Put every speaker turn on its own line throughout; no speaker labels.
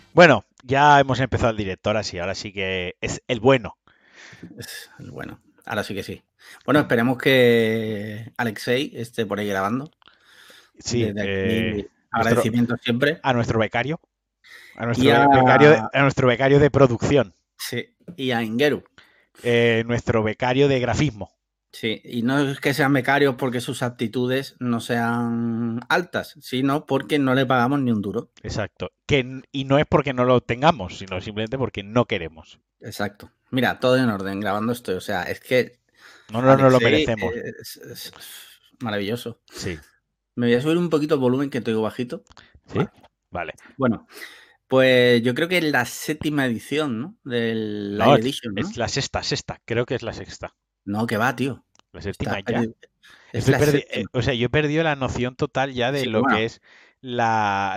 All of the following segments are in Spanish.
Bueno, ya hemos empezado el director, así ahora sí que es el bueno.
Bueno, ahora sí que sí. Bueno, esperemos que Alexei esté por ahí grabando.
Sí,
Desde aquí,
nuestro,
agradecimiento siempre.
a nuestro becario, a
Y
nuestro
a,
becario, a nuestro becario de producción,
sí, y a Ingeru.
nuestro becario de grafismo.
Sí, y no es que sean becarios porque sus aptitudes no sean altas, sino porque no le pagamos ni un duro.
Exacto. Y no es porque no lo tengamos, sino simplemente porque no queremos.
Exacto. Mira, todo en orden, grabando esto. O sea, es que
No nos lo
Alexei
merecemos.
es maravilloso.
Sí.
Me voy a subir un poquito el volumen que te oigo bajito.
¿Sí?
Vale.
Vale.
Bueno, pues yo creo que es la séptima edición, ¿no? Del
No,
Live Edition,
es
¿no?
la sexta, creo que es la sexta.
No, que va, tío.
La
Estás
séptima ya.
perdido. Es la séptima.
O sea, yo he perdido la noción total ya de
Sí,
lo que
bueno,
es la,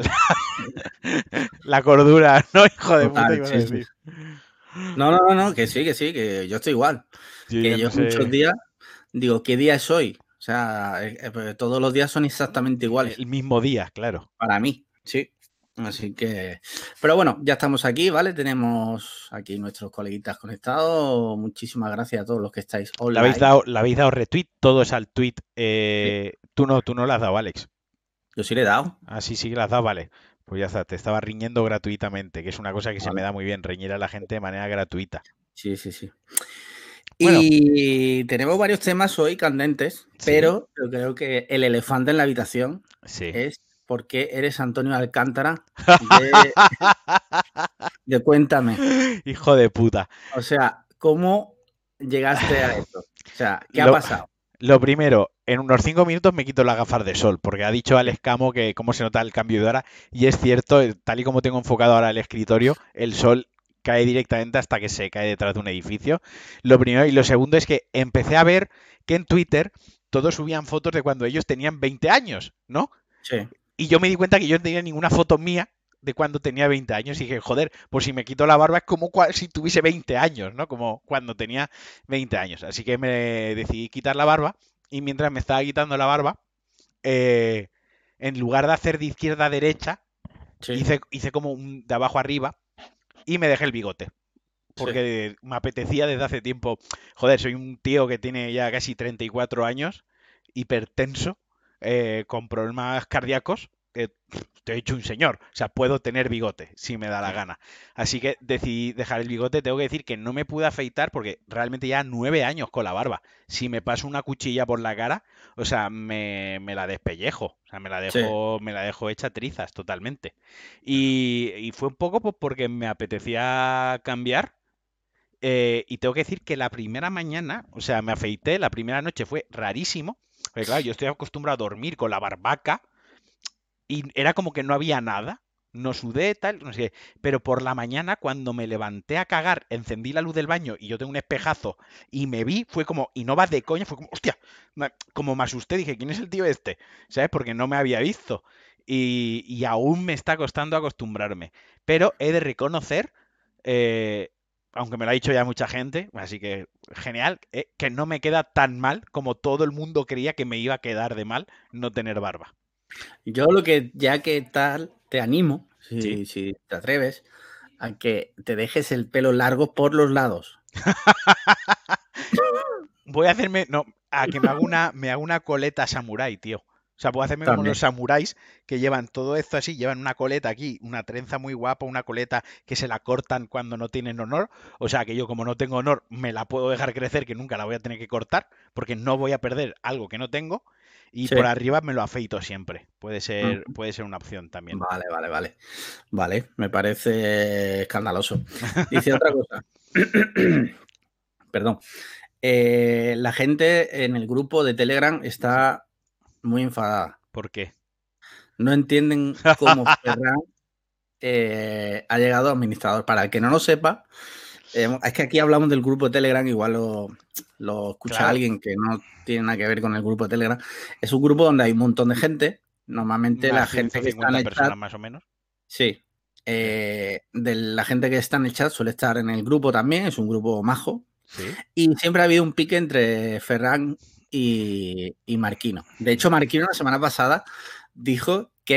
la cordura, ¿no? Hijo de puta,
total,
ibas a
sí, sí.
decir.
No, no, no, no, que yo estoy igual.
Yo ya
Que yo
no
muchos
sé.
días digo, ¿qué día es hoy? O sea, pues todos los días son exactamente iguales
El mismo día, claro.
para mí, sí. Así que, pero bueno, ya estamos aquí, ¿vale? Tenemos aquí nuestros coleguitas conectados. Muchísimas gracias a todos los que estáis online.
Le habéis dado retweet, todo es al tweet.
Sí,
Tú no le has dado, Alex.
yo sí le he dado.
Ah, sí, sí que le has dado, vale. Pues ya está, te estaba riñendo gratuitamente, que es una cosa que se me
Vale.
da muy bien, reñir a la gente de manera gratuita.
Sí, sí, sí.
Bueno,
Y tenemos varios temas hoy candentes,
sí,
pero yo creo que el elefante en la habitación
sí.
es por qué eres Antonio Alcántara de, de Cuéntame.
Hijo de puta.
O sea, ¿cómo llegaste a eso? O sea, ¿qué ha
Lo,
pasado?
lo primero, en unos 5 minutos me quito las gafas de sol, porque ha dicho
Sí,
Alex Camo que cómo se nota el cambio de hora, y es cierto, tal y como tengo enfocado ahora el escritorio, el sol cae directamente hasta que se cae detrás de un edificio. Lo primero, y lo segundo es que empecé a ver que en Twitter todos subían fotos de cuando ellos tenían 20 años, ¿no?
sí,
Y yo me di cuenta que yo no tenía ninguna foto mía de cuando tenía 20 años y dije, joder, pues si me quito la barba es como si tuviese 20 años, ¿no? Como cuando tenía 20 años. Así que me decidí quitar la barba y mientras me estaba quitando la barba, eh, en lugar de hacer de izquierda a derecha,
sí,
hice como un de abajo arriba y me dejé el bigote.
sí.
Porque me apetecía desde hace tiempo. Joder, soy un tío que tiene ya casi 34 años, hipertenso, con problemas cardíacos, que te he hecho un señor. O sea, puedo tener bigote si me da la gana. Así que decidí dejar el bigote. Tengo que decir que no me pude afeitar porque realmente ya 9 años con la barba. Si me paso una cuchilla por la cara, o sea, me la despellejo. O sea,
Sí.
me la dejo hecha trizas totalmente. Y fue un poco pues, porque me apetecía cambiar y tengo que decir que la primera mañana, o sea, me afeité, la primera noche fue rarísimo. Porque claro, yo estoy acostumbrado a dormir con la barbaca y era como que no había nada. No sudé, tal, no sé qué. Pero por la mañana, cuando me levanté a cagar, encendí la luz del baño y yo tengo un espejazo y me vi, fue como, y no vas de coña, fue como, hostia, como me asusté, dije, ¿quién es el tío este? ¿Sabes? Porque no me había visto. Y aún me está costando acostumbrarme. Pero he de reconocer, eh, aunque me lo ha dicho ya mucha gente, así que genial, que no me queda tan mal como todo el mundo creía que me iba a quedar de mal no tener barba.
Yo lo que, ya que tal, te animo,
¿Sí?
si te atreves, a que te dejes el pelo largo por los lados.
Voy a hacerme, no, a que me haga una coleta samurái, tío. O sea, puedo hacerme como los
También.
samuráis que llevan todo esto así, llevan una coleta aquí, una trenza muy guapa, una coleta que se la cortan cuando no tienen honor. O sea, que yo como no tengo honor, me la puedo dejar crecer, que nunca la voy a tener que cortar, porque no voy a perder algo que no tengo. Y por
Sí.
arriba me lo afeito siempre.
Ujú.
Puede ser una opción también.
Vale, vale, vale. Vale, me parece escandaloso. Dice otra cosa. Perdón. La gente en el grupo de Telegram
Sí.
está muy enfadada.
¿Por qué?
No entienden cómo Ferran ha llegado a administrador. Para el que no lo sepa, es que aquí hablamos del grupo de Telegram, igual lo escucha
Claro,
alguien que no tiene nada que ver con el grupo de Telegram. Es un grupo donde hay un montón de gente. Normalmente
unas
la gente que está en
150
el chat,
personas más o menos.
sí,
Sí.
de la gente que está en el chat suele estar en el grupo también, es un grupo majo.
Sí.
Y siempre ha habido un pique entre Ferran y Marquino. De hecho, Marquino la semana pasada dijo que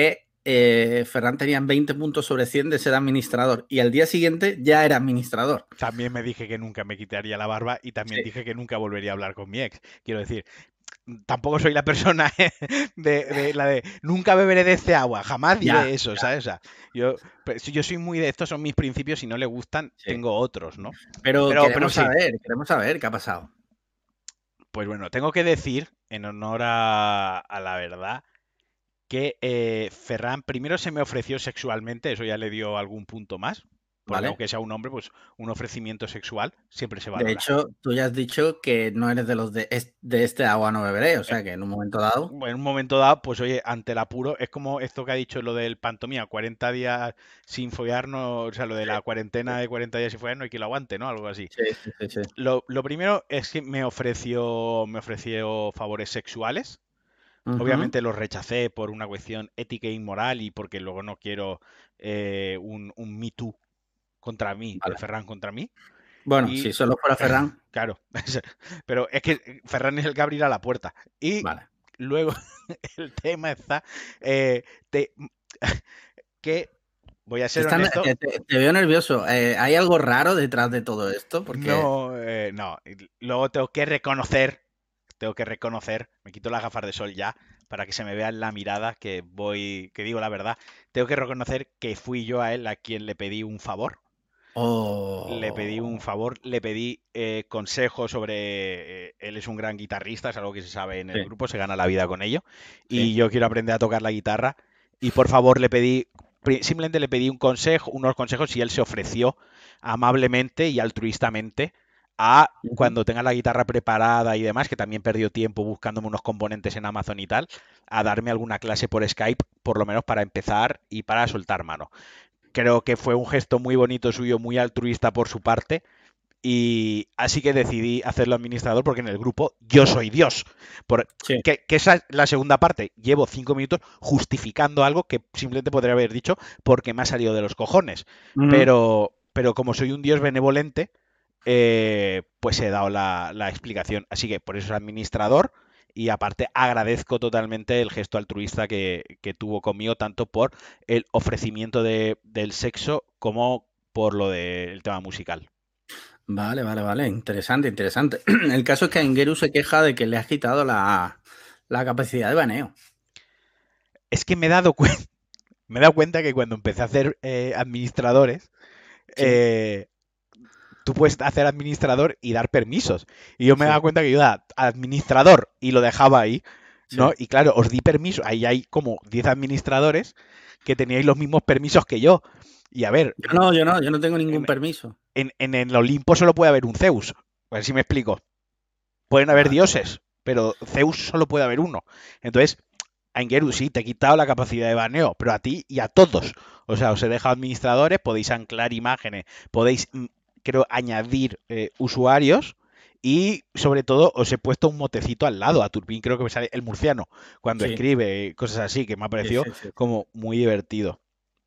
Ferran tenía 20 puntos sobre 100 de ser administrador y al día siguiente ya era administrador.
También me dije que nunca me quitaría la barba y también
Sí.
dije que nunca volvería a hablar con mi ex. Quiero decir, tampoco soy la persona de la de nunca beberé de este agua, jamás
Ya,
diré eso, ¿sabes? O sea, yo soy muy de estos son mis principios, si no le gustan,
sí.
tengo otros, ¿no?
Pero
Pero sí,
queremos saber qué ha pasado.
pues bueno, tengo que decir, en honor a la verdad, que Ferran primero se me ofreció sexualmente, eso ya le dio algún punto más, porque
¿Vale?
aunque sea un hombre, pues un ofrecimiento sexual siempre se
De
valora.
hecho, tú ya has dicho que no eres de los de este agua no beberé, o sea que en un momento dado.
En un momento dado, pues oye, ante el apuro, es como esto que ha dicho lo del pantomima, 40 días sin follar, no, o sea, lo de
Sí,
la cuarentena de 40 días sin follar, no hay que lo aguante, ¿no? Algo así.
sí, sí, sí, sí.
Lo primero es que me ofreció favores sexuales.
Ujú,
Obviamente los rechacé por una cuestión ética e inmoral y porque luego no quiero un Me Too contra mí, de
vale.
Ferran contra mí.
Bueno, si
Y
solo fuera Ferran,
claro, pero es que Ferran es el que abrirá la puerta. Y
vale.
luego el tema está eh, te- que voy a ser honesto,
Te veo nervioso. ¿Hay algo raro detrás de todo esto? Porque.
no. Y luego tengo que reconocer, me quito las gafas de sol ya para que se me vea en la mirada que digo la verdad. Tengo que reconocer que fui yo a él a quien le pedí un favor. Le pedí un
Oh,
favor, le pedí consejos sobre. Él es un gran guitarrista, es algo que se sabe en el
sí,
grupo, se gana la vida con ello. Y
sí.
yo quiero aprender a tocar la guitarra. Y por favor simplemente le pedí unos consejos y él se ofreció amablemente y altruistamente a
Ujú.
cuando tenga la guitarra preparada y demás, que también perdió tiempo buscándome unos componentes en Amazon y tal, a darme alguna clase por Skype, por lo menos para empezar y para soltar mano. Creo que fue un gesto muy bonito suyo, muy altruista por su parte. Y así que decidí hacerlo administrador porque en el grupo yo soy Dios.
Sí.
Que esa es la segunda parte. Llevo 5 minutos justificando algo que simplemente podría haber dicho porque me ha salido de los cojones.
Ujú.
Pero como soy un Dios benevolente, pues he dado la explicación. Así que por eso es administrador. Y aparte agradezco totalmente el gesto altruista que tuvo conmigo, tanto por el ofrecimiento del sexo como por lo del tema musical.
Vale, vale, vale. Interesante, interesante. El caso es que Engeru se queja de que le has quitado la capacidad de baneo.
Es que me he dado cuenta que cuando empecé a hacer administradores,
Sí,
eh, tú puedes hacer administrador y dar permisos. Y yo me he dado
sí,
cuenta que yo daba administrador y lo dejaba ahí,
sí.
¿no? Y claro, os di permiso. Ahí hay como 10 administradores que teníais los mismos permisos que yo. Y a ver,
Yo no tengo ningún
en,
permiso.
en el Olimpo solo puede haber un Zeus. A ver si me explico. Pueden haber
Vale.
dioses, pero Zeus solo puede haber uno. Entonces, a Ingeru sí, te he quitado la capacidad de baneo, pero a ti y a todos. O sea, os he dejado administradores, podéis anclar imágenes, podéis, creo, añadir usuarios y sobre todo os he puesto un motecito al lado. A Turpin creo que me sale el murciano cuando
Sí,
escribe cosas así, que me ha
sí,
parecido
sí, sí,
como muy divertido.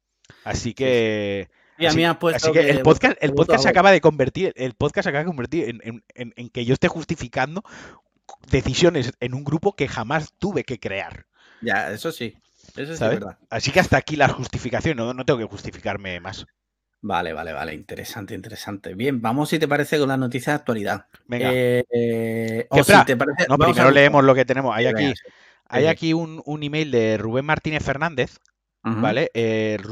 Así
sí, sí.
que...
Y a mí
Así,
has
así
puesto
que el
que
podcast,
que
el
voto a
podcast se
Vox.
acaba de convertir, el podcast se acaba de convertir en que yo esté justificando decisiones en un grupo que jamás tuve que crear,
Ya, eso sí es
¿sabes?
verdad.
Así que hasta aquí la justificación, no tengo que justificarme más.
Vale, vale, vale. Interesante, interesante. Bien, vamos si te parece con las noticias de actualidad.
Venga, que
O si
espera,
te parece,
no,
vamos a
primero
buscar.
leemos lo que tenemos.
Sí,
Hay
venga,
aquí,
sí. Sí,
hay
sí.
aquí un email de Rubén Martínez Fernández,
Ujú,
¿vale?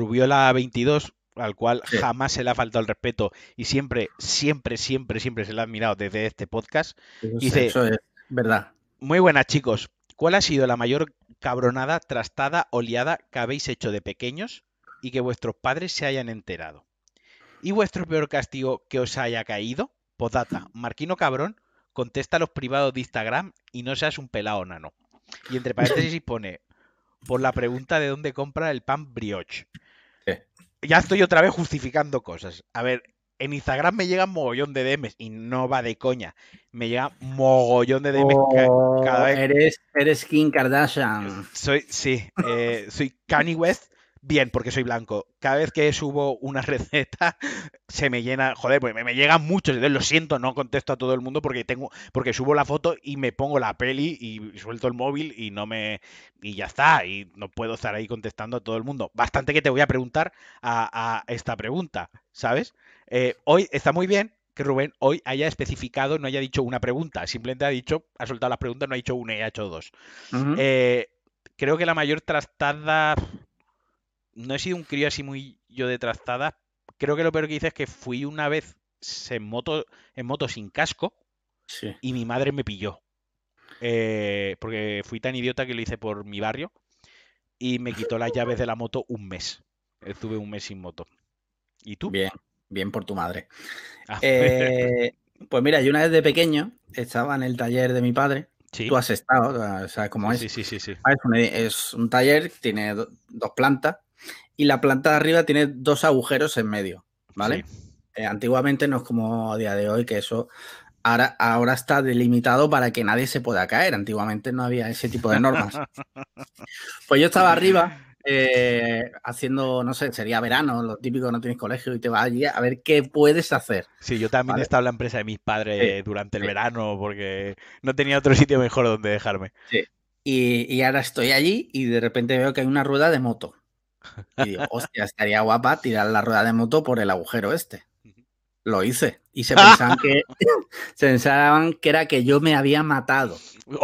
Rubiola22, al cual
sí,
jamás se le ha faltado el respeto y siempre, siempre, siempre, siempre se le ha admirado desde este podcast. Dice,
eso es verdad.
muy buenas chicos, ¿cuál ha sido la mayor cabronada, trastada o liada que habéis hecho de pequeños y que vuestros padres se hayan enterado? ¿Y vuestro peor castigo que os haya caído? Postdata, Marquino cabrón, contesta a los privados de Instagram y no seas un pelao nano. Y entre paréntesis pone, por la pregunta de dónde compra el pan brioche.
Sí.
Ya estoy otra vez justificando cosas. A ver, en Instagram me llegan mogollón de DMs y no va de coña. Me llega mogollón de DMs cada
O
vez.
eres Kim Kardashian.
Sí, soy Kanye West bien, porque soy blanco. Cada vez que subo una receta, se me llena, joder, pues me llegan muchos. Entonces lo siento, no contesto a todo el mundo porque subo la foto y me pongo la peli y suelto el móvil y no me, y ya está. Y no puedo estar ahí contestando a todo el mundo. Bastante que te voy a preguntar a esta pregunta, ¿sabes? Hoy está muy bien que Rubén hoy haya especificado, no haya dicho una pregunta, simplemente ha soltado las preguntas, no ha dicho una y ha hecho dos.
Ujú.
Eh, Creo que la mayor trastada, no he sido un crío así muy yo de trastada. Creo que lo peor que hice es que fui una vez en moto sin casco
Sí.
y mi madre me pilló. Porque fui tan idiota que lo hice por mi barrio y me quitó las llaves de la moto un mes. Estuve un mes sin moto. ¿Y tú?
Bien, bien por tu madre.
Ah,
Eh, pues mira, yo una vez de pequeño estaba en el taller de mi padre.
sí,
Tú has estado, sabes cómo
sí, sí,
es.
sí, sí, sí.
Ah, es un taller, tiene dos plantas y la planta de arriba tiene dos agujeros en medio,
Sí.
¿vale? Antiguamente no es como a día de hoy, que eso ahora está delimitado para que nadie se pueda caer. Antiguamente no había ese tipo de normas. Pues yo estaba arriba haciendo, no sé, sería verano, lo típico, no tienes colegio y te vas allí a ver qué puedes hacer,
Sí, yo también he
¿vale?
estado en la empresa de mis
Sí,
padres durante el
sí,
verano porque no tenía otro sitio mejor donde dejarme.
sí. Y ahora estoy allí y de repente veo que hay una rueda de moto. Y digo, hostia, estaría guapa tirar la rueda de moto por el agujero este. Lo hice. Y se pensaban que era que yo me había matado.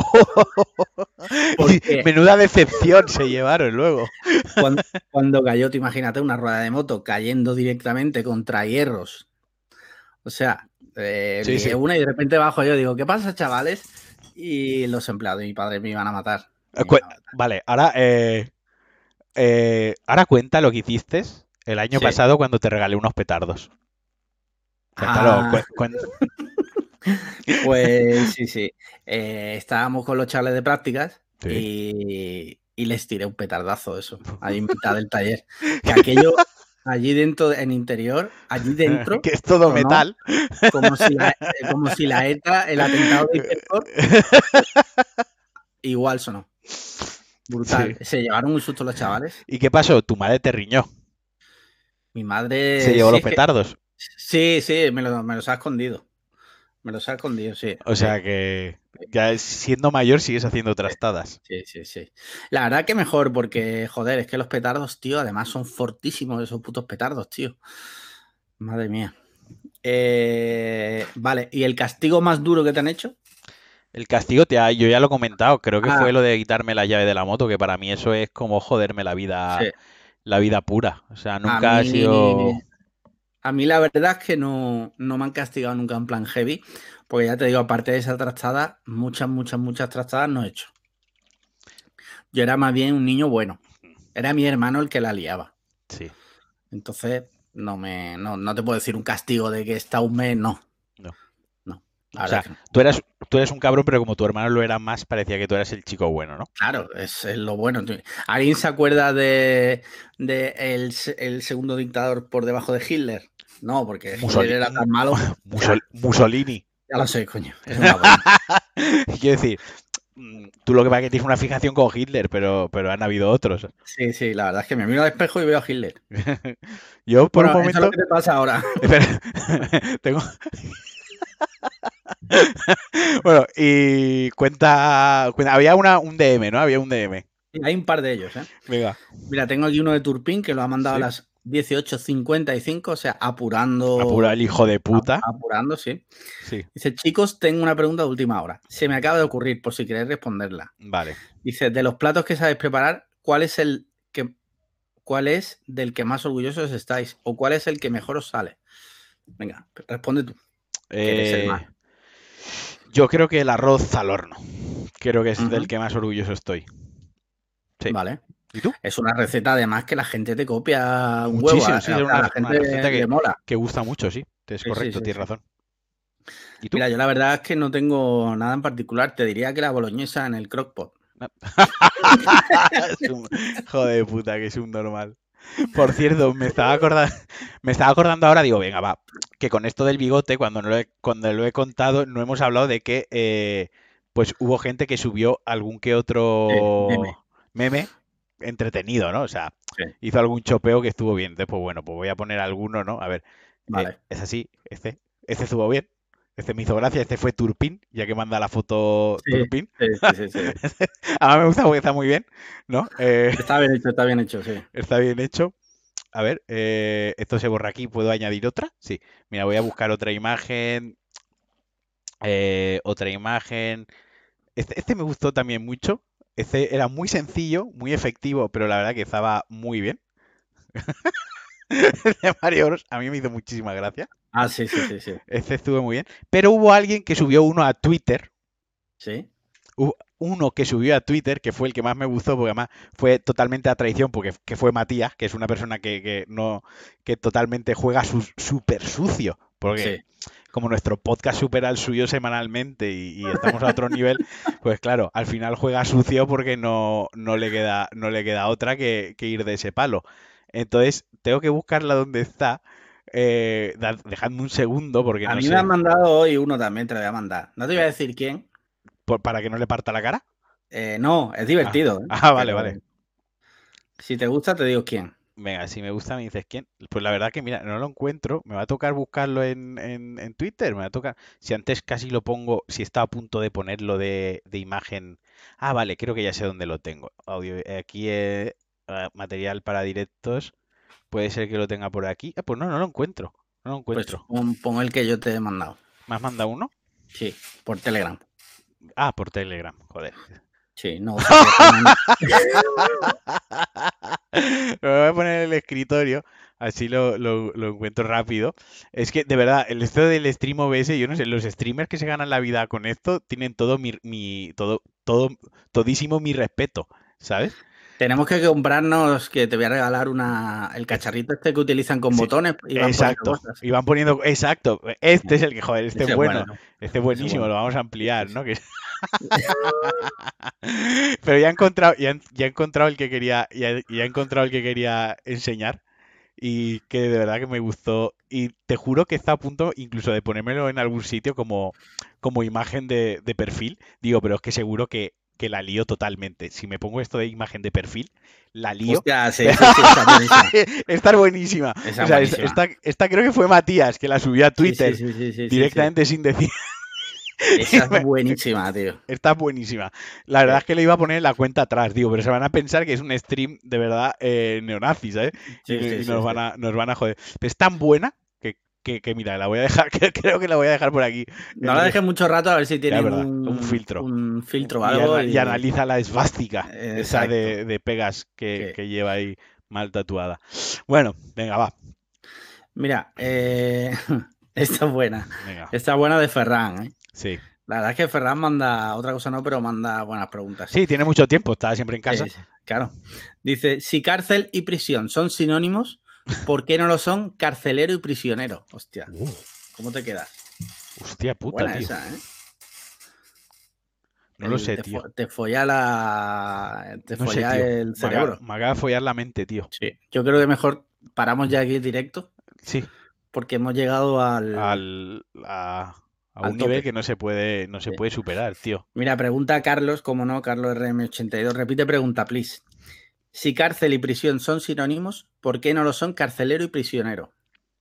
Porque
Menuda decepción se llevaron luego.
cuando cayó, te imagínate, una rueda de moto cayendo directamente contra hierros. O sea,
Sí,
lié
sí.
una y de repente bajo yo, digo, ¿qué pasa, chavales? Y los empleados de mi padre me iban a matar. Me iban a matar.
Vale, ahora cuenta lo que hiciste el año
Sí.
pasado cuando te regalé unos petardos. Cuéntalo.
Ah, pues sí, sí. Estábamos con los chavales de prácticas
Sí.
y les tiré un petardazo, eso, ahí en mitad del taller. Que aquello, allí dentro, en interior, allí dentro,
Que es todo
sonó
metal.
como si la ETA, el atentado de Hipercore, igual sonó.
Sí.
Brutal. Se llevaron un susto los chavales.
¿Y qué pasó? Tu madre te riñó.
Mi
Se
madre,
llevó
sí,
los
es que,
petardos.
sí, sí, me los ha escondido. Me los ha escondido, sí,
O
sí.
sea que ya siendo mayor sigues haciendo trastadas.
Sí, sí, sí. La verdad que mejor, porque, joder, es que los petardos, tío, además son fortísimos esos putos petardos, tío. Madre mía. Vale, ¿y el castigo más duro que te han hecho?
El castigo, yo ya lo he comentado, creo que
Ah,
fue lo de quitarme la llave de la moto, que para mí eso es como joderme
sí.
la vida pura. O sea,
A
nunca ha
mí,
sido...
a mí la verdad es que no me han castigado nunca en plan heavy, porque ya te digo, aparte de esa trastada, muchas trastadas no he hecho. Yo era más bien un niño bueno. Era mi hermano el que la liaba.
Sí,
Entonces, no te puedo decir un castigo de que está un mes, no.
no.
No, la
O
verdad
sea,
que no.
tú eres un cabrón, pero como tu hermano lo era más, parecía que tú eras el chico bueno, ¿no?
Claro, es lo bueno. ¿Alguien se acuerda de el segundo dictador por debajo de Hitler? No, porque Hitler
Musoli-
era
Mu-
tan malo. Ya,
Mussolini.
ya lo sé, coño. Es una broma.
Quiero decir, tú lo que pasa es que tienes una fijación con Hitler, pero han habido otros.
Sí, sí, la verdad es que me miro al espejo y veo a Hitler.
Yo por un
Bueno, eso es lo
momento...
que te pasa ahora.
Espera, tengo... Bueno, y había un DM, ¿no? Había un DM.
Hay un par de ellos, ¿eh?
Venga.
Mira, tengo aquí uno de Turpin que lo ha mandado a
Sí.
las 18:55, o sea,
Apura
apurando,
el hijo de puta.
apurando, sí.
Sí,
Dice, chicos, tengo una pregunta de última hora. Se me acaba de ocurrir, por si queréis responderla.
vale.
Dice, de los platos que sabéis preparar, ¿cuál es del que más orgullosos estáis? ¿O cuál es el que mejor os sale? Venga, responde tú, que eres el más.
Eh, yo creo que el arroz al horno. Creo que es del
Ujú,
que más orgulloso estoy. Sí.
vale.
¿Y tú?
Es una receta además que la gente te copia un huevo.
Muchísimo, sí, es
O sea, a la
una receta
gente le mola.
que gusta mucho, sí. Es
Sí, sí,
correcto,
sí,
tienes
sí.
razón. ¿Y tú?
Mira, yo la verdad es que no tengo nada en particular. Te diría que la boloñesa en el crockpot.
No. Joder de puta, que es un normal. Por cierto, me estaba acordando ahora, digo, venga, va, que con esto del bigote, cuando lo he contado, no hemos hablado de que pues hubo gente que subió algún que
Sí, meme.
otro meme entretenido, ¿no? O sea,
Sí.
hizo algún chopeo que estuvo bien. Entonces, pues bueno, pues voy a poner alguno, ¿no? A ver,
Vale.
es así, este estuvo bien. Este me hizo gracia, este fue Turpin, ya que manda la foto
Sí,
Turpin.
sí, sí, sí, sí.
A mí me gusta porque está muy bien, ¿no?
Está bien hecho, sí.
Está bien hecho. A ver, esto se borra aquí, ¿puedo añadir otra? Sí. Mira, voy a buscar otra imagen. Otra imagen. Este me gustó también mucho. Este era muy sencillo, muy efectivo, pero la verdad que estaba muy bien. De Mario Bros. A mí me hizo muchísima gracia.
Ah, sí, sí, sí, sí.
Este estuvo muy bien. Pero hubo alguien que subió uno a Twitter.
Sí.
Hubo uno que subió a Twitter, que fue el que más me gustó, porque además fue totalmente a traición, porque que fue Matías, que es una persona que no, que totalmente juega súper sucio. Porque
Sí.
como nuestro podcast supera el suyo semanalmente y estamos a otro nivel, pues claro, al final juega sucio porque no le queda otra que ir de ese palo. Entonces, tengo que buscarla donde está. Dejadme un segundo porque
A
no
mí me han
sé.
mandado hoy uno también, te lo voy a mandar. No te voy a decir quién.
Para que no le parta la cara.
No, es
Ah,
divertido, ¿eh?
vale, vale.
Pero si te gusta, te digo quién.
Venga, si me gusta, me dices quién. Pues la verdad que, mira, no lo encuentro. Me va a tocar buscarlo en Twitter. Me va a tocar. Si antes casi lo pongo, si estaba a punto de ponerlo de imagen. Ah, vale, creo que ya sé dónde lo tengo. Audio, aquí material para directos. Puede ser que lo tenga por aquí. Pues no, no lo encuentro. No lo
Pues
encuentro.
pon el que yo te he mandado.
¿Me has mandado uno?
Sí, por Telegram.
Ah, por Telegram. Joder.
Sí, no uso Telegram.
Me voy a poner en el escritorio, así lo encuentro rápido. Es que, de verdad, esto del stream OBS, yo no sé, los streamers que se ganan la vida con esto tienen todo todísimo mi respeto, ¿sabes?
Tenemos que comprarnos, que te voy a regalar el
Es-
cacharrito este que utilizan con
sí,
botones y van poniendo
exacto.
cosas.
Y van poniendo, exacto. Este es el que, joder, este es
Ese es bueno,
bueno,
¿no?
este es
Ese es
buenísimo,
bueno.
lo vamos a
Sí, sí,
ampliar,
sí.
¿no? Pero ya he encontrado, ya he encontrado el que quería, ya he encontrado el que quería enseñar. Y que de verdad que me gustó. Y te juro que está a punto incluso de ponérmelo en algún sitio como imagen de perfil. Digo, pero es que seguro que la lío totalmente. Si me pongo esto de imagen de perfil, la lío.
Hostia, sí, sí, sí, está buenísima.
Está buenísima.
Esa
O
es
sea,
buenísima.
esta creo que fue Matías que la subió a
Sí, sí,
Twitter
sí, sí, sí, sí, sí.
directamente sin decir.
Esa es buenísima, tío.
Está buenísima. La verdad es
Sí,
que le iba a poner la cuenta atrás, digo, pero se van a pensar que es un stream de verdad neonazi, ¿sabes? Y,
sí, sí,
y
sí,
nos
sí.
van a joder. Pero es tan buena que mira, la voy a dejar, que creo que la voy a dejar por aquí.
No la dejes mucho rato a ver si
Ya es
tienen
verdad, un filtro.
un filtro o
Y,
algo
y
y...
analiza la esvástica, esa
Exacto.
de pegas que,
Sí.
que lleva ahí mal tatuada. Bueno, venga, va.
Mira, esta es buena.
Venga,
Esta es buena de Ferran, ¿eh?
sí.
La verdad es que Ferran manda, otra cosa no, pero manda buenas preguntas.
Sí, tiene mucho tiempo, está siempre en casa.
Sí, sí, claro. Dice, si cárcel y prisión son sinónimos, ¿por qué no lo son carcelero y prisionero? Hostia,
Uh,
¿cómo te quedas?
hostia puta,
Buena
tío.
esa, ¿eh?
No lo sé, tío.
Te folla te
No sé,
folla
tío.
el
Me
cerebro.
acaba de follar la mente, tío.
Sí. Yo creo que mejor paramos ya aquí el directo
Sí,
porque hemos llegado
al, a, a
al
un nivel
tope.
que no se
Sí.
puede superar, tío.
Mira, pregunta a Carlos, como no, Carlos RM82. Repite pregunta, please. Si cárcel y prisión son sinónimos, ¿por qué no lo son carcelero y prisionero?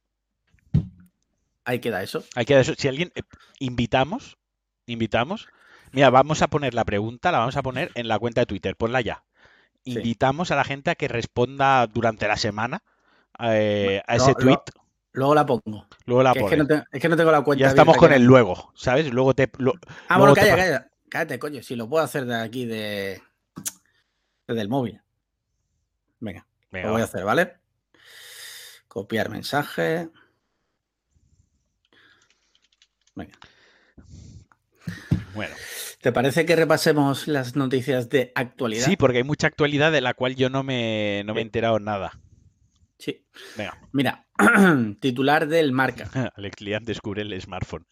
Ahí queda eso.
Hay que si alguien invitamos. Mira, vamos a poner la pregunta, la vamos a poner en la cuenta de Twitter, ponla ya.
Sí.
Invitamos a la gente a que responda durante la semana a ese
Lo-
tweet,
lo- luego la pongo.
luego la
Que
pones.
es que no tengo la
Ya
cuenta
estamos
abierta aquí
con
ahora
el
mismo.
luego, ¿sabes?
Bueno,
Luego te
calla,
paso.
calla. Cállate, coño. Si lo puedo hacer de aquí, desde el móvil. Venga, lo
Venga,
voy a
va.
hacer, ¿vale? Copiar mensaje. Venga.
Bueno.
¿Te parece que repasemos las noticias de
Sí,
actualidad?
porque hay mucha actualidad de la cual yo no me he
Sí.
enterado nada.
Sí.
Venga,
Mira, titular del Marca.
Alex Lian descubre el smartphone.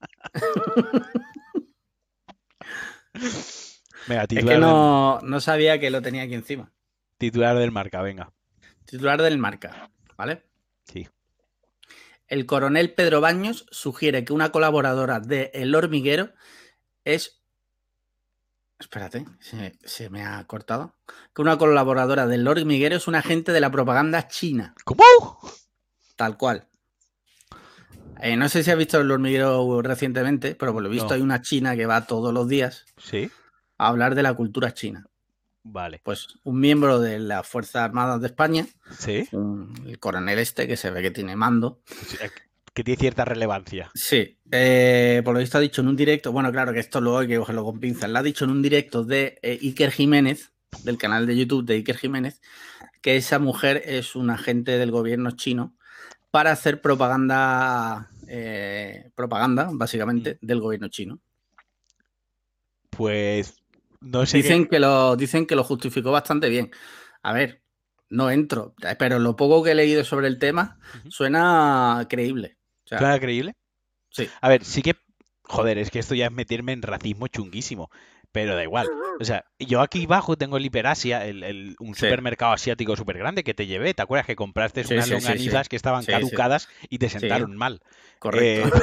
Venga,
Es que
titular del,
no sabía que lo tenía aquí encima.
titular del marca, venga.
Titular del Marca, ¿vale?
Sí.
El coronel Pedro Baños sugiere que una colaboradora de El Hormiguero es Espérate, se me ha cortado. Que una colaboradora del hormiguero es un agente de la propaganda china.
¿Cómo?
Tal cual. No sé si has visto el hormiguero recientemente, pero por lo visto
No.
hay una china que va todos los días
Sí,
a hablar de la cultura china.
vale.
Pues un miembro de las Fuerzas Armadas de España,
Sí.
el coronel este, que se ve que tiene mando.
Sí, que tiene cierta relevancia.
Sí, por lo visto ha dicho en un directo, bueno, claro que esto luego hay que cogerlo con pinzas, lo ha dicho en un directo de Iker Jiménez, del canal de YouTube de Iker Jiménez, que esa mujer es un agente del gobierno chino para hacer propaganda, básicamente, del gobierno chino.
Pues no sé qué.
Dicen que lo justificó bastante bien. A ver, no entro, pero lo poco que he leído sobre el tema suena creíble. O sea,
¿Suena creíble?
sí.
A ver, sí que. Joder, es que esto ya es meterme en racismo chunguísimo. Pero da igual. O sea, yo aquí abajo tengo el Hiperasia, un
Sí,
supermercado asiático súper grande que te llevé. ¿Te acuerdas que compraste
sí,
unas
sí, sí, sí.
longanizas que estaban
Sí, sí,
caducadas y te
sí,
sentaron mal?
correcto.
Eh,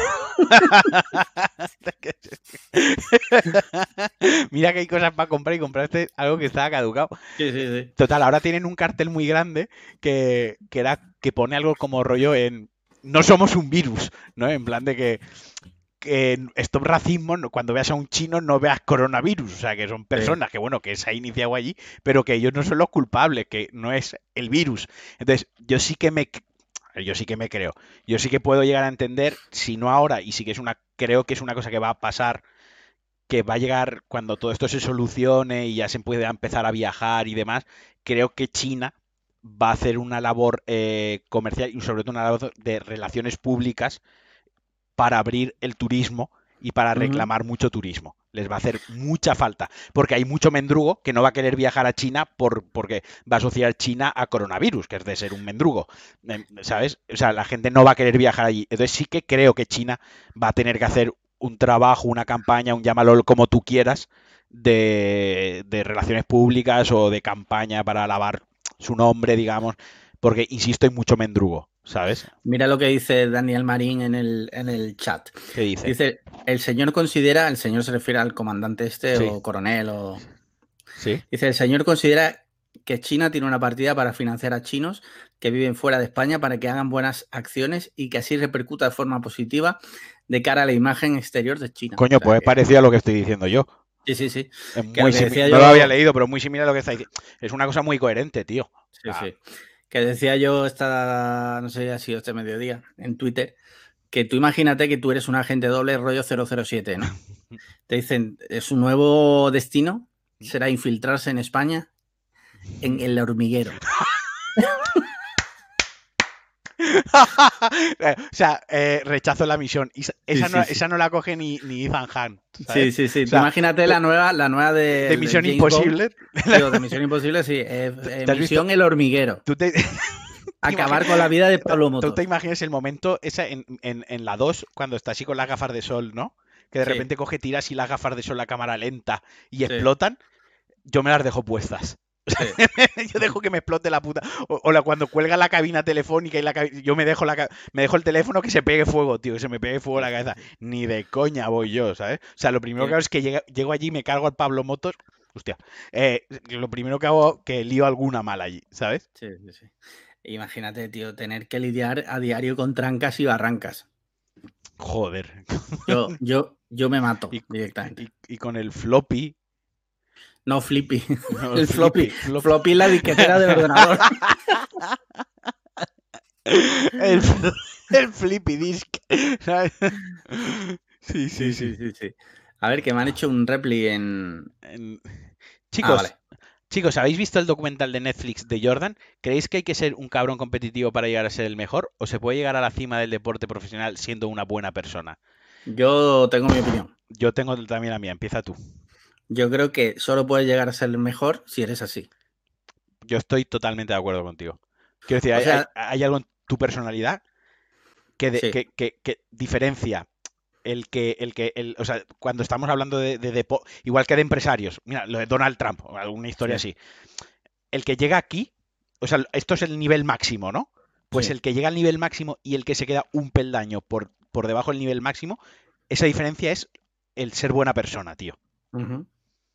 Mira que hay cosas para comprar y compraste algo que estaba caducado.
Sí, sí, sí.
Total, ahora tienen un cartel muy grande que pone algo como rollo en no somos un virus, ¿no? En plan de que stop racismo, cuando veas a un chino no veas coronavirus, o sea, que son
Sí.
personas que, bueno, que se ha iniciado allí, pero que ellos no son los culpables, que no es el virus. Entonces, yo sí que me creo, yo sí que puedo llegar a entender, si no ahora, y sí que creo que es una cosa que va a pasar, que va a llegar cuando todo esto se solucione y ya se pueda empezar a viajar y demás, creo que China va a hacer una labor comercial y sobre todo una labor de relaciones públicas para abrir el turismo y para
Ujú.
reclamar mucho turismo. Les va a hacer mucha falta, porque hay mucho mendrugo que no va a querer viajar a China porque va a asociar China a coronavirus, que es de ser un mendrugo, ¿sabes? O sea, la gente no va a querer viajar allí. Entonces sí que creo que China va a tener que hacer un trabajo, una campaña, un llámalo como tú quieras, de relaciones públicas o de campaña para alabar su nombre, digamos, porque, insisto, hay mucho mendrugo, ¿sabes?
Mira lo que dice Daniel Marín en el chat.
¿Qué dice?
Dice, el señor se refiere al comandante este
Sí,
o coronel o...
sí.
Dice, el señor considera que China tiene una partida para financiar a chinos que viven fuera de España para que hagan buenas acciones y que así repercuta de forma positiva de cara a la imagen exterior de China. O
Coño,
sea
pues es
que,
parecido a lo que estoy diciendo yo.
sí, sí, sí.
Es
Que lo
muy
que decía
no lo había
yo,
leído, pero muy similar a lo que está diciendo. Es una cosa muy coherente, tío. O
sí,
sea,
sí. Que decía yo no sé si ha sido este mediodía, en Twitter, que tú imagínate que tú eres un agente doble rollo 007, ¿no? Te dicen, su nuevo destino será infiltrarse en España en el hormiguero.
o sea, rechazo la misión.
Sí, sí, sí.
Esa no la coge ni Ethan Hunt, ¿sabes?
Sí, sí,
O
sí. Tú
sea,
imagínate
tú-
la nueva
de
de
Misión
James Bond.
Imposible.
Sí, o de Misión Imposible, sí.
¿Te has visto?
Misión El Hormiguero.
Tú te, te
Acabar con la vida de Pablo
tú te
Motos.
imaginas el momento esa en la 2 cuando está así con las gafas de sol, ¿no? Que de
Sí,
repente coge, tira así las gafas de sol, la cámara lenta y
sí,
explotan. Yo me las dejo puestas.
sí.
Yo dejo que me explote la puta. Cuando cuelga la cabina telefónica y yo me dejo el teléfono que se pegue fuego, tío, que se me pegue fuego
Sí,
la
sí,
cabeza.
sí.
Ni de coña voy yo, ¿sabes? O sea, lo primero que
Tiene-
hago es que llego allí, me cargo al Pablo Motos. Hostia. Lo primero que hago que lío alguna mala allí, ¿sabes?
Sí, sí, sí. Imagínate, tío, tener que lidiar a diario con trancas y barrancas.
Joder.
Yo me mato
Y,
directamente.
y con el floppy.
No, Flippy.
No,
El floppy.
floppy.
Floppy es la disquetera del ordenador.
el, el flippy disk. ¿Sabes? Sí, sí,
Sí,
sí.
sí, sí, sí. A ver, que me han hecho un repli
En-
Ah,
Chicos,
vale.
chicos, ¿habéis visto el documental de Netflix de Jordan? ¿Creéis que hay que ser un cabrón competitivo para llegar a ser el mejor? ¿O se puede llegar a la cima del deporte profesional siendo una buena persona?
Yo tengo mi opinión.
Yo tengo también la mía, empieza tú.
Yo creo que solo puedes llegar a ser el mejor si eres así.
Yo estoy totalmente de acuerdo contigo. Quiero decir,
O sea,
hay algo en tu personalidad
sí,
que diferencia o sea, cuando estamos hablando igual que de empresarios, mira, lo de Donald Trump, o alguna historia
sí,
así, el que llega aquí, o sea, esto es el nivel máximo, ¿no? Pues
sí.
el que llega al nivel máximo y el que se queda un peldaño por debajo del nivel máximo, esa diferencia es el ser buena persona, tío.
Ujú.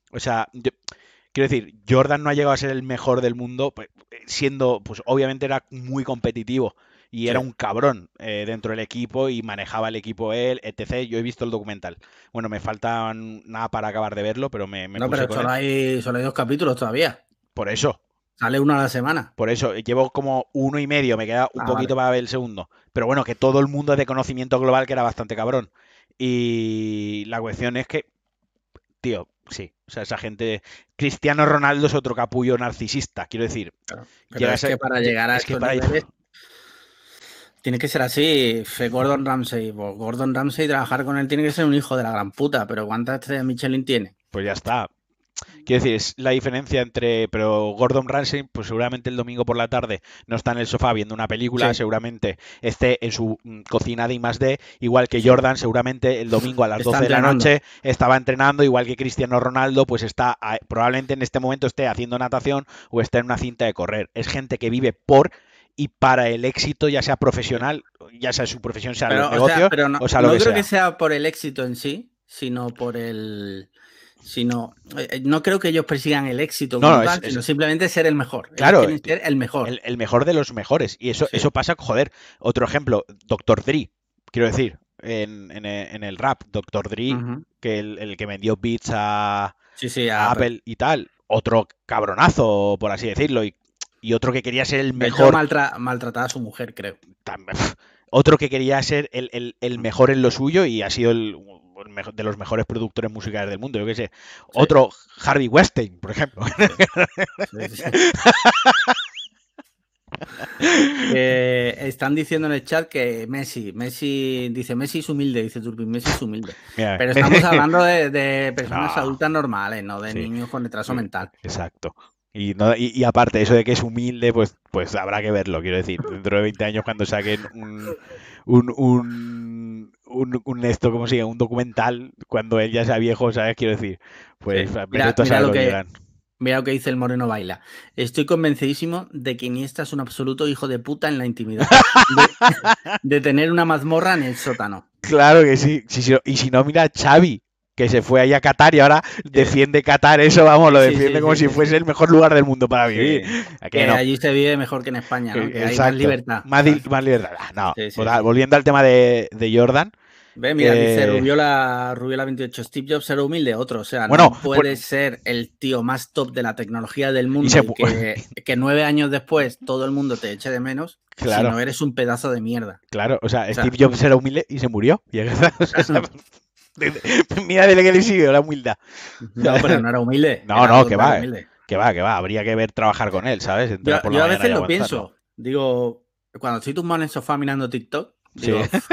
O sea, quiero decir, Jordan no ha llegado a ser el mejor del mundo, pues, siendo, pues obviamente era muy competitivo y
Sí.
era un cabrón dentro del equipo y manejaba el equipo él, etc. Yo he visto el documental. Bueno, me faltan nada para acabar de verlo, pero me
No,
puse
pero
con él.
solo hay 2 capítulos todavía.
Por eso,
Sale uno a la semana.
por eso, llevo como 1 y medio, me queda un
Ah,
poquito
vale.
para ver el segundo. Pero bueno, que todo el mundo es de conocimiento global que era bastante cabrón. Y la cuestión es que, tío, sí, o sea, esa gente... Cristiano Ronaldo es otro capullo narcisista, quiero decir.
Claro. Pero es
Llegas a-
que para llegar a
es que
estos
para...
niveles tiene que ser así. Gordon Ramsay. Pues Gordon Ramsay, trabajar con él tiene que ser un hijo de la gran puta. Pero ¿cuántas estrellas Michelin tiene?
Pues ya está. Quiero decir, es la diferencia entre... Pero Gordon Ramsay, pues seguramente el domingo por la tarde no está en el sofá viendo una película,
Sí,
seguramente esté en su cocina de I+D, igual que
sí.
Jordan, seguramente el domingo a las
Está
12 de la
entrenando.
noche estaba entrenando, igual que Cristiano Ronaldo, pues está... Probablemente en este momento esté haciendo natación o esté en una cinta de correr. Es gente que vive por y para el éxito, ya sea profesional, ya sea su profesión, sea los
Pero, o sea,
negocios
pero no,
o sea lo
no
que
creo que
sea.
sea por el éxito en sí, sino por el. No creo que ellos persigan el éxito
No,
como
no,
tal, sino simplemente ser el mejor. Ellos
claro,
quieren ser el mejor.
el mejor de los mejores. Y
Sí,
eso pasa, joder. Otro ejemplo, Doctor Dre, quiero decir, en el rap, Doctor Dre,
ujú.
que el que vendió beats
Sí, sí,
a
Apple.
Apple y tal, otro cabronazo, por así decirlo, y otro que quería ser el
De hecho,
mejor,
maltrataba a su mujer, creo.
otro que quería ser el mejor en lo suyo y ha sido de los mejores productores musicales del mundo, yo qué sé.
Sí,
Otro, Harvey Weinstein, por ejemplo.
sí, sí. Están diciendo en el chat que Messi dice Messi es humilde, dice Turpin, Messi es humilde.
Mira,
Pero estamos hablando de personas
no,
adultas normales, no de
sí.
niños con retraso mental.
Exacto. Y, no, y aparte, eso de que es humilde, pues habrá que verlo. Quiero decir, dentro de 20 años, cuando saquen esto, ¿cómo se llama? Un documental, cuando él ya sea viejo, ¿sabes? Quiero decir,
Sí.
pues vete
Mira,
tú a saber lo que dirán.
mira lo que dice el Moreno Baila. Estoy convencidísimo de que Iniesta es un absoluto hijo de puta en la intimidad. De, de tener una mazmorra en el sótano.
Claro que sí. Y si no, mira a Xavi, que se fue ahí a Qatar y ahora defiende Qatar, eso, vamos, lo
Sí,
defiende
sí,
como
sí,
si
sí,
fuese
sí.
el mejor lugar del mundo para vivir.
Sí.
¿A
Que
que no?
allí se vive mejor que en España, ¿no? Que hay más
Exacto.
libertad.
Más libertad. No,
Sí, sí,
total,
sí.
volviendo al tema de Jordan.
Ve, mira, dice Rubiola 28, Steve Jobs era humilde, otro. O sea,
Bueno,
no puede ser el tío más top de la tecnología del
y
mundo y que 9 años después todo el mundo te eche de menos si
claro,
no eres un pedazo de mierda.
claro. O sea,
O sea,
Steve Jobs era humilde y se murió. Y o sea,
claro.
mira de que le sigue la humildad.
No, pero no era humilde,
No,
era al
no, que
contrario
va,
humilde.
que va, que va. Habría que ver trabajar con él, ¿sabes? Entrar por la
Yo a
mañana
veces
y
lo
aguantarlo.
pienso. Digo, cuando estoy tumbado en el sofá mirando TikTok,
Sí.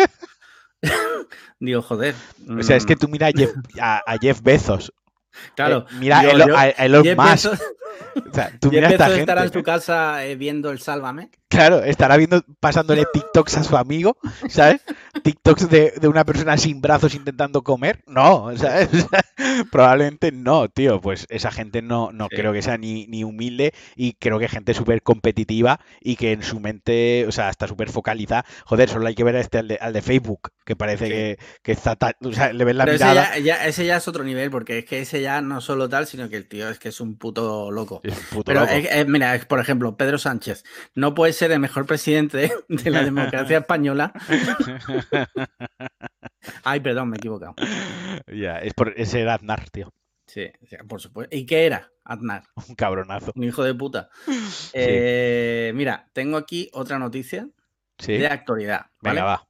digo, joder.
O sea, es que tú mira a Jeff Bezos.
Claro,
Mira
digo,
a Elon
Jeff
Musk.
Bezos,
O sea, tú
Jeff
mira a esta
Bezos estará en
gente.
su casa viendo el Sálvame.
Claro, estará viendo, pasándole TikToks a su amigo, ¿sabes? TikToks de una persona sin brazos intentando comer. No, ¿sabes? Probablemente no, tío. Pues esa gente no
Sí.
creo que sea ni humilde y creo que gente súper competitiva y que en su mente, o sea, está súper focalizada. Joder, solo hay que ver a al de Facebook, que parece
Sí.
que está o sea, le ves la
Pero
mirada.
ese ya es otro nivel, porque es que ese ya no solo tal, sino que el tío es que es un puto loco.
Es un puto
Pero
loco.
mira, por ejemplo, Pedro Sánchez no puede ser el mejor presidente de la democracia española. Ay, perdón, me he equivocado.
Ya, ese era Aznar, tío.
Sí, por supuesto. ¿Y qué era Aznar?
Un cabronazo.
Un hijo de puta.
Sí.
Mira, tengo aquí otra noticia
Sí.
de actualidad. ¿Vale?
Venga, va.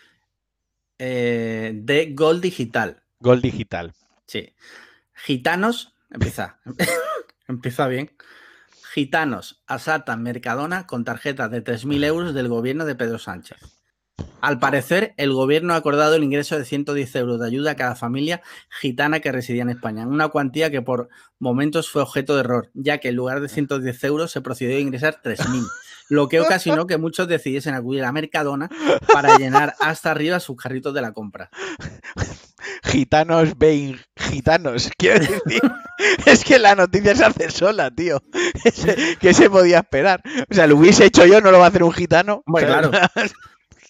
De Gol Digital.
Gol digital.
Sí. Gitanos. Empieza bien. Gitanos asaltan Mercadona con tarjetas de 3.000 euros del gobierno de Pedro Sánchez. Al parecer, el gobierno ha acordado el ingreso de 110 euros de ayuda a cada familia gitana que residía en España, en una cuantía que por momentos fue objeto de error, ya que en lugar de 110 euros se procedió a ingresar 3.000, lo que ocasionó que muchos decidiesen acudir a Mercadona para llenar hasta arriba sus carritos de la compra.
Gitanos vein gitanos, quiero decir, es que la noticia se hace sola, tío. ¿Qué se podía esperar? O sea, lo hubiese hecho yo, no lo va a hacer un gitano.
Bueno, claro.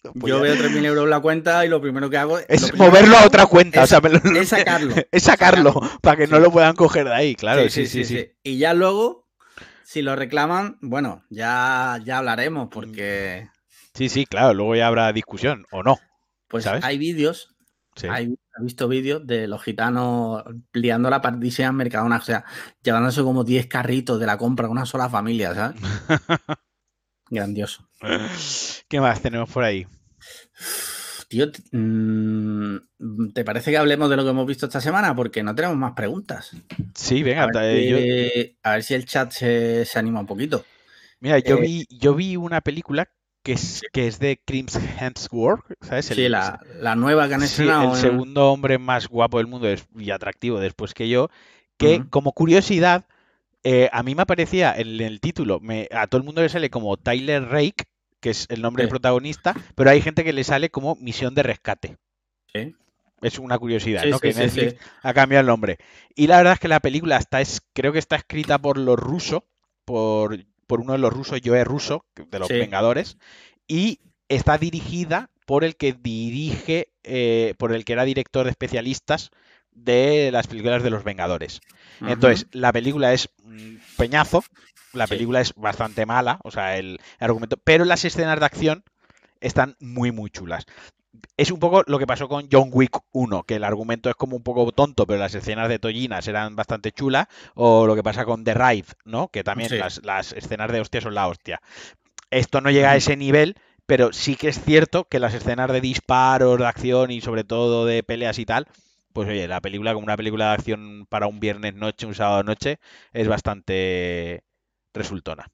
Pues
Yo
ya.
veo 3.000 euros en la cuenta y lo primero que hago
Es moverlo a otra cuenta, o sea,
es sacarlo.
es sacarlo para que no
Sí.
lo puedan coger de ahí, claro,
Sí.
sí.
Y ya luego, si lo reclaman, bueno, ya hablaremos,
Mm,
porque
Sí, claro, luego ya habrá discusión, o no,
pues
¿sabes?
hay vídeos,
Sí.
he visto vídeos de los gitanos liando la partida en Mercadona, o sea, llevándose como 10 carritos de la compra a una sola familia, ¿sabes? Grandioso.
¿Qué más tenemos por ahí?
Tío, ¿te parece que hablemos de lo que hemos visto esta semana? Porque no tenemos más preguntas.
Sí,
A
venga,
ver a ver si el chat se anima un poquito.
mira,
Eh,
yo vi una película que es de Chris Hemsworth, ¿sabes?
sí, la nueva que han
Sí, el
estrenado en...
segundo hombre más guapo del mundo y atractivo después que yo, que
Ujú,
como curiosidad, a mí me aparecía en el título, a todo el mundo le sale como Tyler Rake, que es el nombre del
sí,
protagonista, pero hay gente que le sale como Misión de Rescate.
sí,
Es una curiosidad,
sí,
¿no?
sí,
Que
sí,
Netflix
sí.
ha cambiado el nombre. Y la verdad es que la película creo que está escrita por los rusos, por uno de los rusos, Joe Russo, de los
Sí.
Vengadores, y está dirigida por el que por el que era director de especialistas de las películas de los Vengadores.
Ujú,
Entonces, la película es peñazo, la
sí.
película es bastante mala, o sea, el argumento, pero las escenas de acción están muy chulas. Es un poco lo que pasó con John Wick 1, que el argumento es como un poco tonto, pero las escenas de tollinas eran bastante chulas, o lo que pasa con The Raid, ¿no? Que también
Sí.
las escenas de hostia son la hostia. Esto no llega a
Ujú.
ese nivel, pero sí que es cierto que las escenas de disparos, de acción y sobre todo de peleas y tal, pues oye, la película como una película de acción para un viernes noche, un sábado noche, es bastante resultona.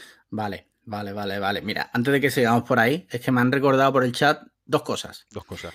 Vale. Mira, antes de que sigamos por ahí, es que me han recordado por el chat dos cosas.
Dos cosas.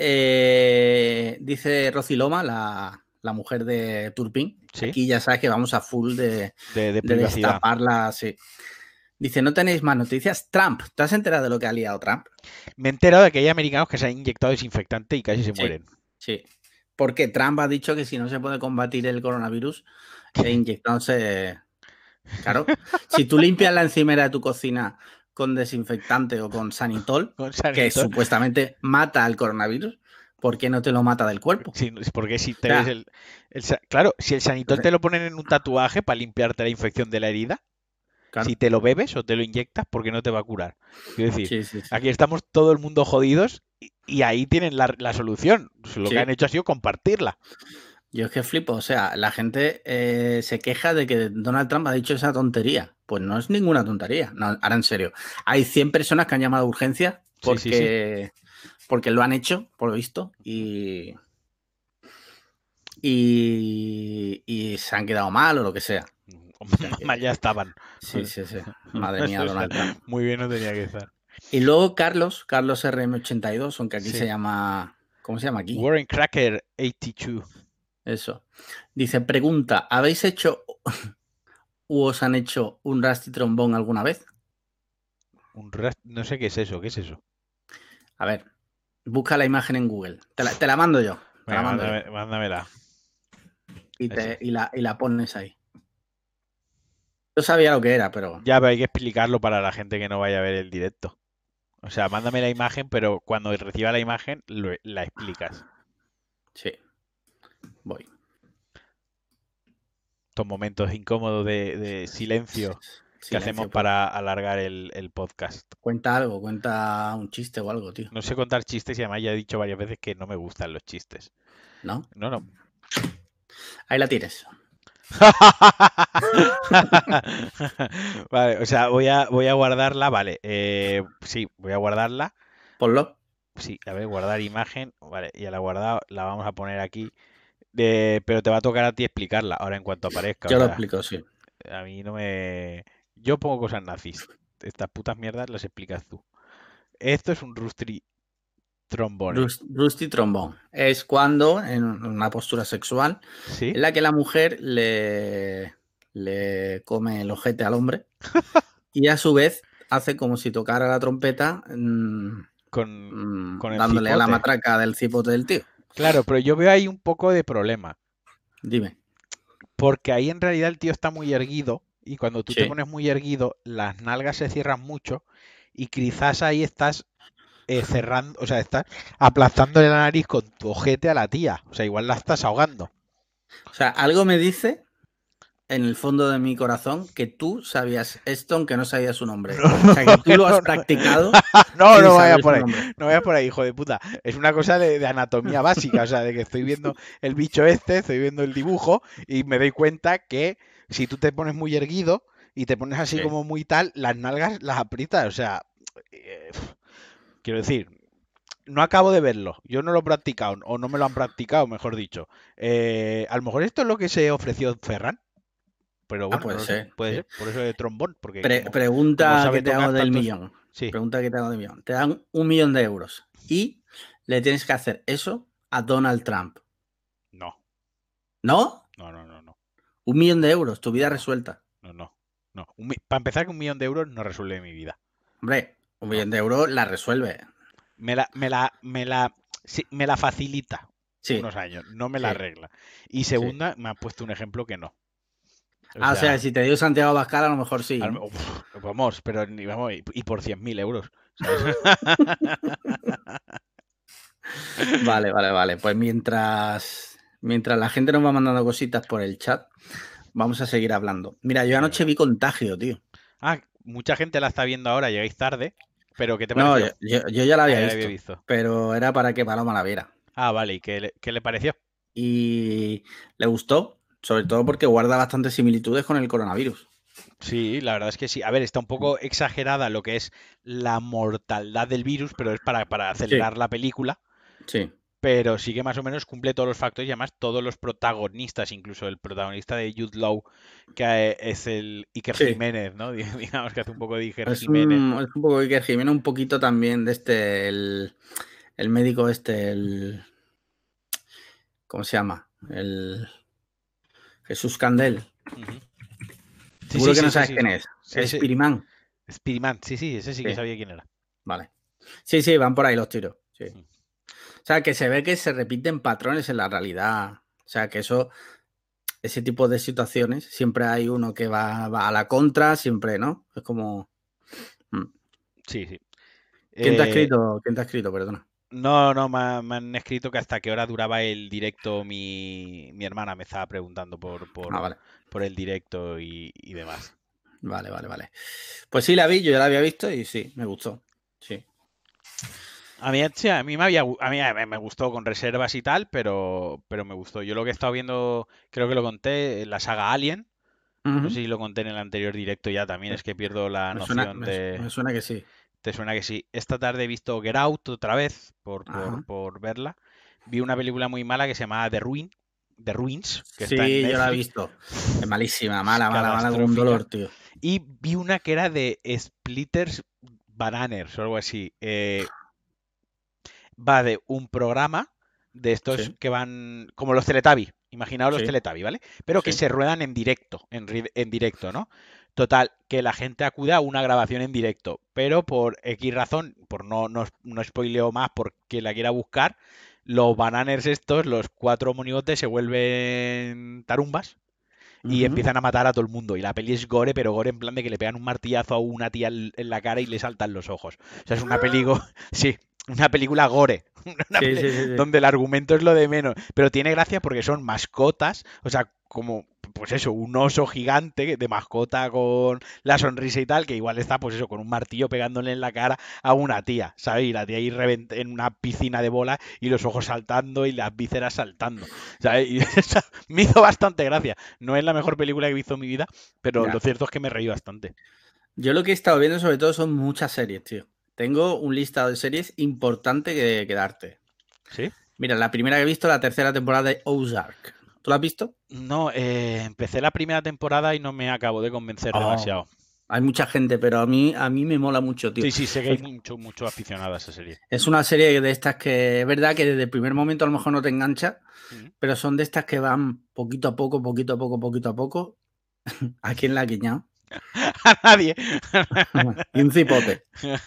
Dice Rosy Loma, la mujer de Turpin.
¿Sí?
Aquí ya sabes que vamos a full
De
de
privacidad.
destaparla. Sí. Dice, no tenéis más noticias. Trump, ¿te has enterado de lo que ha liado Trump?
Me he enterado de que hay americanos que se han inyectado desinfectante y casi se
Sí,
mueren.
sí. Porque Trump ha dicho que si no se puede combatir el coronavirus, inyectándose. Claro, si tú limpias la encimera de tu cocina con desinfectante o con sanitol,
Con
que
Sanitol.
supuestamente mata al coronavirus, ¿por qué no te lo mata del cuerpo? O
Porque si te ves
sea,
Claro, si el Sanitol
entonces,
te lo ponen en un tatuaje para limpiarte la infección de la herida, si
claro,
te lo bebes o te lo inyectas, ¿por qué no te va a curar? Quiero decir,
sí.
aquí estamos todo el mundo jodidos y ahí tienen la solución. Lo que han
Sí,
hecho ha sido compartirla.
yo es que flipo. O sea, la gente se queja de que Donald Trump ha dicho esa tontería. Pues no es ninguna tontería. No, ahora en serio. Hay 100 personas que han llamado a urgencia
Sí.
porque lo han hecho, por lo visto, y se han quedado mal o lo que sea. O sea
Mal
que
ya estaban.
sí. Madre mía,
O sea,
Donald Trump.
muy bien no tenía que estar.
Y luego Carlos RM82, aunque aquí se
Sí.
llama. ¿Cómo se llama aquí?
Warren Cracker 82.
Eso. Dice, pregunta, ¿habéis hecho u os han hecho un Rusty trombón alguna vez?
No sé qué es eso, ¿qué es eso?
A ver, busca la imagen en Google. Te la mando yo. Te la
Venga,
mando yo.
mándamela. Ese.
Y la pones ahí. Yo sabía lo que era, pero
Ya, pero hay que explicarlo para la gente que no vaya a ver el directo. O sea, mándame la imagen, pero cuando reciba la imagen la explicas.
sí, voy.
Estos momentos incómodos de silencio que hacemos
Silencio, pues.
para alargar el podcast.
Cuenta algo, cuenta un chiste o algo, tío.
No sé contar chistes y además ya he dicho varias veces que no me gustan los chistes.
¿No?
No.
Ahí la tienes.
Vale, o sea, voy a guardarla, vale. Sí, voy a guardarla.
Ponlo.
Sí, a ver, guardar imagen. Vale, ya la he guardado. La vamos a poner aquí. Pero te va a tocar a ti explicarla ahora en cuanto aparezca. O
Yo lo
sea,
explico, sí.
a mí no me... Yo pongo cosas nazis. Estas putas mierdas las explicas tú. Esto es un Rusty Trombone.
Rusty trombón. Es cuando, en una postura sexual,
¿Sí?
en la que la mujer le come el ojete al hombre y a su vez hace como si tocara la trompeta
Con el
dándole a la
cipote.
matraca del cipote del tío.
Claro, pero yo veo ahí un poco de problema.
Dime.
Porque ahí en realidad el tío está muy erguido. Y cuando tú te
Sí.
pones muy erguido, las nalgas se cierran mucho. Y quizás ahí estás cerrando, o sea, estás aplastándole la nariz con tu ojete a la tía. O sea, igual la estás ahogando.
O sea, algo me dice en el fondo de mi corazón que tú sabías esto aunque no sabías su nombre. O sea, que tú lo has practicado
No,
sin
no vayas
saber
por
su
ahí.
nombre.
No vayas por ahí, hijo de puta. Es una cosa de anatomía básica. O sea, de que estoy viendo el bicho este, estoy viendo el dibujo y me doy cuenta que si tú te pones muy erguido y te pones así
Sí.
como muy tal, las nalgas las aprietas. O sea, eh, quiero decir, no acabo de verlo. Yo no lo he practicado, o no me lo han practicado, mejor dicho. A lo mejor esto es lo que se ofreció Ferran, pero
Ah,
bueno, no
puede
lo sé.
ser,
Puede
sí.
ser, por eso de trombón, porque como
Pregunta que
sabe
te hago
tocar
del
tantos.
millón.
Sí,
Pregunta que te hago del millón. Te dan 1 millón de euros y le tienes que hacer eso a Donald Trump.
no,
¿No?
no, no, no, no,
1 millón de euros, tu vida
no,
resuelta.
no, no. No. Para empezar, que 1 millón de euros no resuelve mi vida.
Hombre, un
No.
millón de euros la resuelve.
Sí, me la facilita
Sí,
unos años, no me la
sí,
arregla. Y
sí.
segunda, me ha puesto un ejemplo que no. O
Ah, o sea,
sea,
si te dio Santiago Abascal, a lo mejor sí, ¿no?
vamos, pero vamos, y por 100.000 euros, ¿sabes?
Vale, vale, vale. Pues mientras la gente nos va mandando cositas por el chat, vamos a seguir hablando. Mira, yo
Venga,
anoche
venga.
vi Contagio, tío.
Ah, mucha gente la está viendo ahora, llegáis tarde, pero ¿qué te
No,
pareció?
yo ya la
Ah,
había
ya la había
visto,
visto.
pero era para que Paloma la viera.
Ah, vale, ¿y qué le pareció?
Y le gustó, sobre todo porque guarda bastantes similitudes con el coronavirus.
Sí, la verdad es que sí. A ver, está un poco exagerada lo que es la mortalidad del virus, pero es para
Sí,
acelerar la película.
sí,
Pero sí que más o menos cumple todos los factores y además todos los protagonistas, incluso el protagonista de Jude Law, que es el Iker
sí.
Jiménez, ¿no? Digamos que hace un poco de Iker
Es
Jiménez.
un poco Iker Jiménez, un poquito también de el médico ¿cómo se llama? El Jesús Candel.
Ujú. Sí, sí,
Seguro que
sí,
no
sí,
sabes
sí.
quién es.
Sí,
Es
sí.
Spirimán.
Spiderman, sí, sí, ese sí que
Sí,
sabía quién era.
vale. Sí, sí, van por ahí los tiros. Sí.
Mm.
O sea, que se ve que se repiten patrones en la realidad. O sea, que ese tipo de situaciones, siempre hay uno que va a la contra, siempre, ¿no? Es como. mm.
Sí, sí.
¿Quién te ha
Eh,
escrito? ¿Quién te ha escrito? Perdona.
no, no, me han escrito que hasta qué hora duraba el directo mi hermana me estaba preguntando
Ah, vale.
por el directo y demás.
Vale, vale, vale. Pues sí, la vi, yo ya la había visto y sí, me gustó. Sí.
A mí, sí, a mí me gustó con reservas y tal, pero me gustó. Yo lo que he estado viendo, creo que lo conté, la saga Alien. No sé
Ujú.
si lo conté en el anterior directo ya también, es que pierdo la
Me suena,
noción
me suena que sí.
¿Te suena que sí? Esta tarde he visto Get Out otra vez
Ajá.
por verla. Vi una película muy mala que se llamaba The Ruins, que está en
Sí, yo la he
Netflix.
visto. Es malísima,
Es
mala, mala, mala, como un
catastrófica.
dolor, tío.
Y vi una que era de Splitters Bananers o algo así. Va de un programa de estos
Sí,
que van como los Teletubbies. Imaginaos los
sí,
Teletubbies, ¿vale? Pero que
sí.
se ruedan en directo, en directo, ¿no? Total, que la gente acude a una grabación en directo, pero por X razón, por no spoileo más, por quien la quiera buscar, los bananers estos, los cuatro monigotes, se vuelven tarumbas y
Ujú.
empiezan a matar a todo el mundo. Y la peli es gore, pero gore en plan de que le pegan un martillazo a una tía en la cara y le saltan los ojos. O sea, es una película, sí, una película gore,
Sí, sí, sí, sí.
donde el argumento es lo de menos. Pero tiene gracia porque son mascotas, o sea, como, pues eso, un oso gigante de mascota con la sonrisa y tal, que igual está, pues eso, con un martillo pegándole en la cara a una tía, ¿sabes? Y la tía ahí en una piscina de bolas y los ojos saltando y las vísceras saltando, ¿sabes? Y me hizo bastante gracia. No es la mejor película que he visto en mi vida, pero lo
Ya.
cierto es que me reí bastante.
Yo lo que he estado viendo sobre todo son muchas series, tío. Tengo un listado de series importante que darte.
¿Sí?
Mira, la primera que he visto, la tercera temporada de Ozark. ¿Tú la has visto?
No, empecé la primera temporada y no me acabo de convencer
Oh,
demasiado.
hay mucha gente, pero a mí me mola mucho, tío.
Sí, sí, sé que hay
Es,
mucho aficionado a esa serie.
es una serie de estas que es verdad que desde el primer momento a lo mejor no te engancha,
Mm.
pero son de estas que van poquito a poco, poquito a poco, poquito a poco. Aquí en la guiña.
A nadie.
Y un cipote.